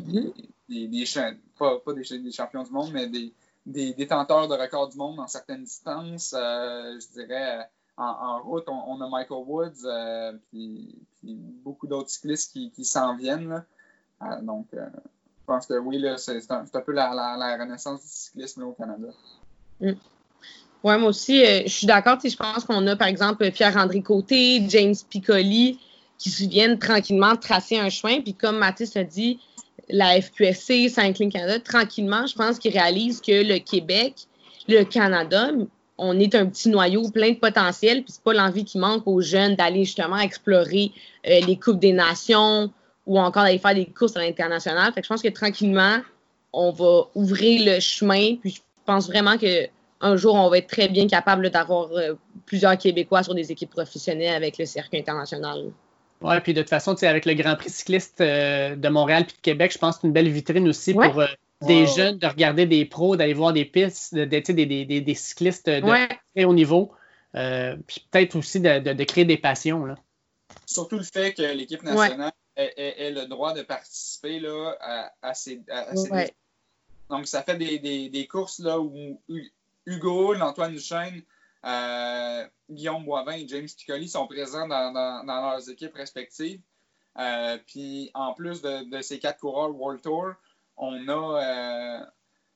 champions du monde, mais des détenteurs de records du monde dans certaines distances. Je dirais, en route, on a Michael Woods, puis beaucoup d'autres cyclistes qui s'en viennent. Là. Donc, je pense que oui, là, c'est un peu la renaissance du cyclisme là, au Canada. Oui, moi aussi, je suis d'accord. Je pense qu'on a, par exemple, Pierre-André Côté, James Piccoli, qui viennent tranquillement tracer un chemin. Puis comme Mathis a dit, la FQSC, Cycling Canada, tranquillement, je pense qu'ils réalisent que le Québec, le Canada, on est un petit noyau plein de potentiel, puis c'est pas l'envie qui manque aux jeunes d'aller justement explorer les Coupes des Nations ou encore d'aller faire des courses à l'international. Fait que je pense que tranquillement, on va ouvrir le chemin, puis je pense vraiment qu'un jour, on va être très bien capable d'avoir plusieurs Québécois sur des équipes professionnelles avec le circuit international. Oui, puis de toute façon, avec le Grand Prix cycliste de Montréal puis de Québec, je pense que c'est une belle vitrine aussi pour des jeunes de regarder des pros, d'aller voir des pistes, des cyclistes de très haut niveau, puis peut-être aussi de créer des passions. Là. Surtout le fait que l'équipe nationale ait le droit de participer là, à ces Donc, ça fait des courses là, où Hugo, Antoine Duchesne, Guillaume Boivin et James Piccoli sont présents dans leurs équipes respectives. Puis, en plus de ces 4 coureurs World Tour, on a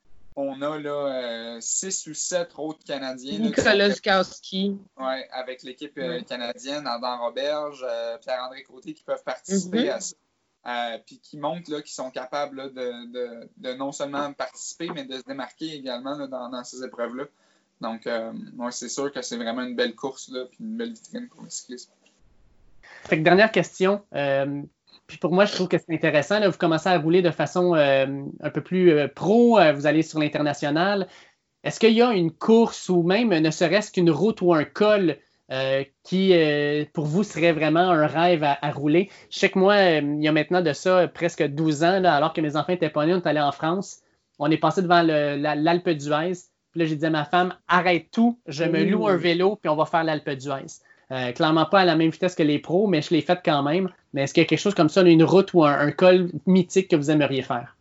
là 6 ou 7 autres Canadiens. Nicolas Zukowski. Oui, avec l'équipe canadienne, Adam Roberge, Pierre-André Côté qui peuvent participer à ça. Puis qui montrent là, qu'ils sont capables là, de non seulement participer, mais de se démarquer également là, dans ces épreuves-là. Donc, c'est sûr que c'est vraiment une belle course, là, puis une belle vitrine pour le cyclisme. Fait que dernière question. Puis pour moi, je trouve que c'est intéressant. Là, vous commencez à rouler de façon un peu plus pro. Vous allez sur l'international. Est-ce qu'il y a une course ou même ne serait-ce qu'une route ou un col qui, pour vous, serait vraiment un rêve à rouler? Je sais que moi, il y a maintenant de ça presque 12 ans, là, alors que mes enfants étaient pas nés, on est allés en France. On est passé devant l'Alpe d'Huez. Puis là, j'ai dit à ma femme, arrête tout, je me loue un vélo, puis on va faire l'Alpe d'Huez. Clairement pas à la même vitesse que les pros, mais je l'ai fait quand même. Mais est-ce qu'il y a quelque chose comme ça, une route ou un col mythique que vous aimeriez faire?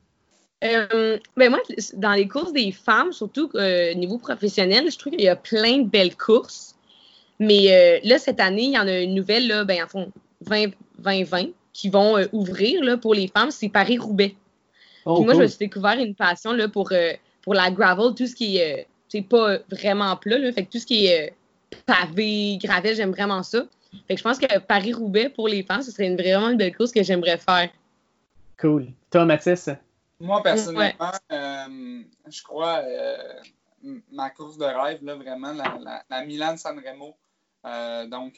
Moi, dans les courses des femmes, surtout niveau professionnel, je trouve qu'il y a plein de belles courses. Mais là, cette année, il y en a une nouvelle, là, en fond, 2020, qui vont ouvrir là, pour les femmes, c'est Paris-Roubaix. Puis moi, je me suis découvert une passion là, pour la gravel, tout ce qui est, c'est pas vraiment plat, là, fait que tout ce qui est pavé, gravel, j'aime vraiment ça. Fait que je pense que Paris-Roubaix, pour les femmes, ce serait vraiment une belle course que j'aimerais faire. Cool. Toi, Mathis? Moi, personnellement, je crois ma course de rêve, là, vraiment, la Milan-San Remo. Donc,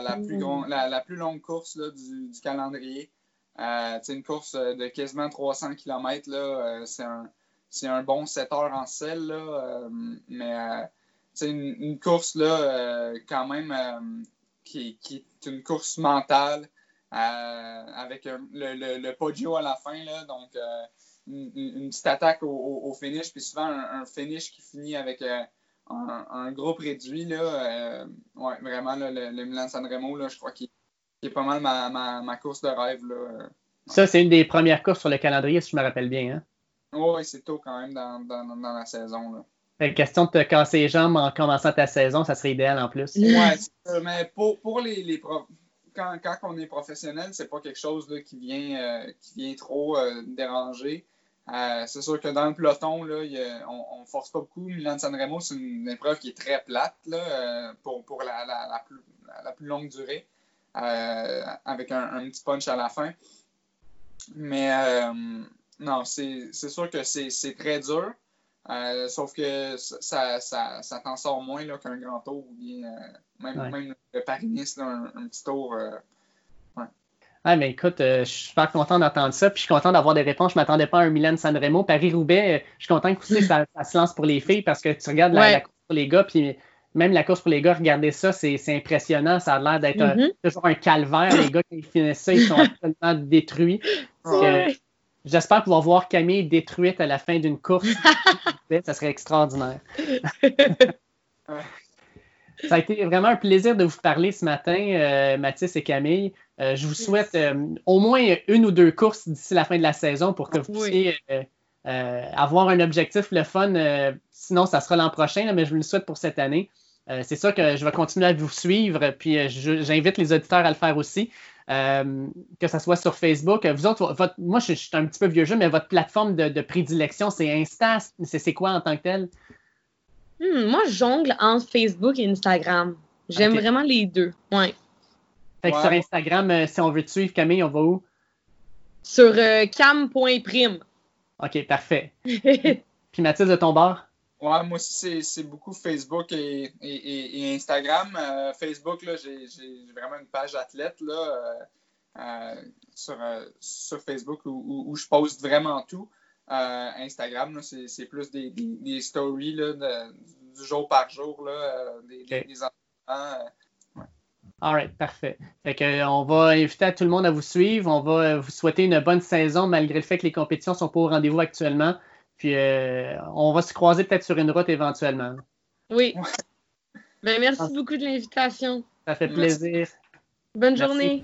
la plus longue course là, du calendrier. C'est une course de quasiment 300 km. Là, c'est un bon 7 heures en selle. Là, mais c'est une course là, quand même qui est une course mentale avec le podio à la fin. Là, donc, une petite attaque au finish, puis souvent un finish qui finit avec un groupe réduit. Là, vraiment, là, le Milan-San Remo, là, je crois qu'il est pas mal ma course de rêve. Là. Ça, c'est une des premières courses sur le calendrier, si je me rappelle bien. Hein? Oui, c'est tôt quand même dans la saison. Là. Fait que question de te casser les jambes en commençant ta saison, ça serait idéal en plus. Oui, c'est ça. Mais pour les quand on est professionnel, c'est pas quelque chose là, qui vient trop déranger. C'est sûr que dans le peloton, là, on ne force pas beaucoup. Milan-San Remo, c'est une épreuve qui est très plate là, pour la plus longue durée, avec un petit punch à la fin. Mais non, c'est sûr que c'est très dur. Sauf que ça t'en sort moins là, qu'un grand tour ou bien même le Paris-Nice, un petit tour. Ah, mais écoute, je suis super content d'entendre ça, puis je suis content d'avoir des réponses. Je ne m'attendais pas à un Milan-San Remo. Paris-Roubaix, je suis content que ça se lance pour les filles parce que tu regardes la course pour les gars, puis même la course pour les gars, regardez ça, c'est impressionnant. Ça a l'air d'être toujours un calvaire. Les gars, qui finissent ça, ils sont absolument détruits. J'espère pouvoir voir Camille détruite à la fin d'une course. Ça serait extraordinaire. Ça a été vraiment un plaisir de vous parler ce matin, Mathis et Camille. Je vous souhaite au moins une ou deux courses d'ici la fin de la saison pour que vous puissiez avoir un objectif, le fun. Sinon, ça sera l'an prochain, là, mais je vous le souhaite pour cette année. C'est sûr que je vais continuer à vous suivre, puis j'invite les auditeurs à le faire aussi. Que ce soit sur Facebook. Vous autres, moi, je suis un petit peu vieux jeu, mais votre plateforme de prédilection, c'est Insta. C'est quoi en tant que tel? Moi, je jongle entre Facebook et Instagram. J'aime vraiment les deux. Ouais. Fait que sur Instagram, si on veut te suivre, Camille, on va où? Sur cam.prime. OK, parfait. Puis Mathilde, de ton bord? Ouais, moi aussi, c'est beaucoup Facebook et Instagram. Facebook, là, j'ai vraiment une page athlète là, sur Facebook où je poste vraiment tout. Instagram, là, c'est plus des stories là, du jour par jour, là, des enfants. Ouais. All right, parfait. Fait que, on va inviter à tout le monde à vous suivre. On va vous souhaiter une bonne saison malgré le fait que les compétitions sont pas au rendez-vous actuellement. Puis on va se croiser peut-être sur une route éventuellement. Oui. Ben, merci beaucoup de l'invitation. Ça fait plaisir. Bonne journée.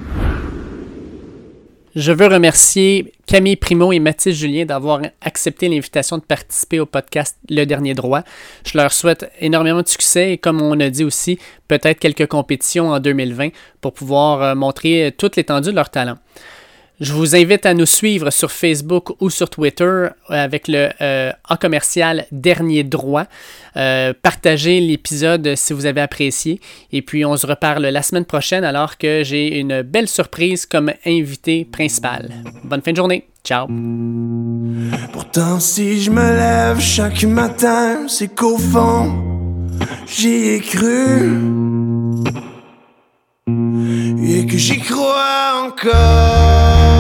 Je veux remercier Camille Primo et Mathilde Julien d'avoir accepté l'invitation de participer au podcast Le Dernier Droit. Je leur souhaite énormément de succès et comme on a dit aussi, peut-être quelques compétitions en 2020 pour pouvoir montrer toute l'étendue de leur talent. Je vous invite à nous suivre sur Facebook ou sur Twitter avec le @commercial Dernier Droit. Partagez l'épisode si vous avez apprécié. Et puis, on se reparle la semaine prochaine alors que j'ai une belle surprise comme invité principal. Bonne fin de journée. Ciao. Pourtant, si je me lève chaque matin, c'est qu'au fond, j'y ai cru. Et que j'y crois encore.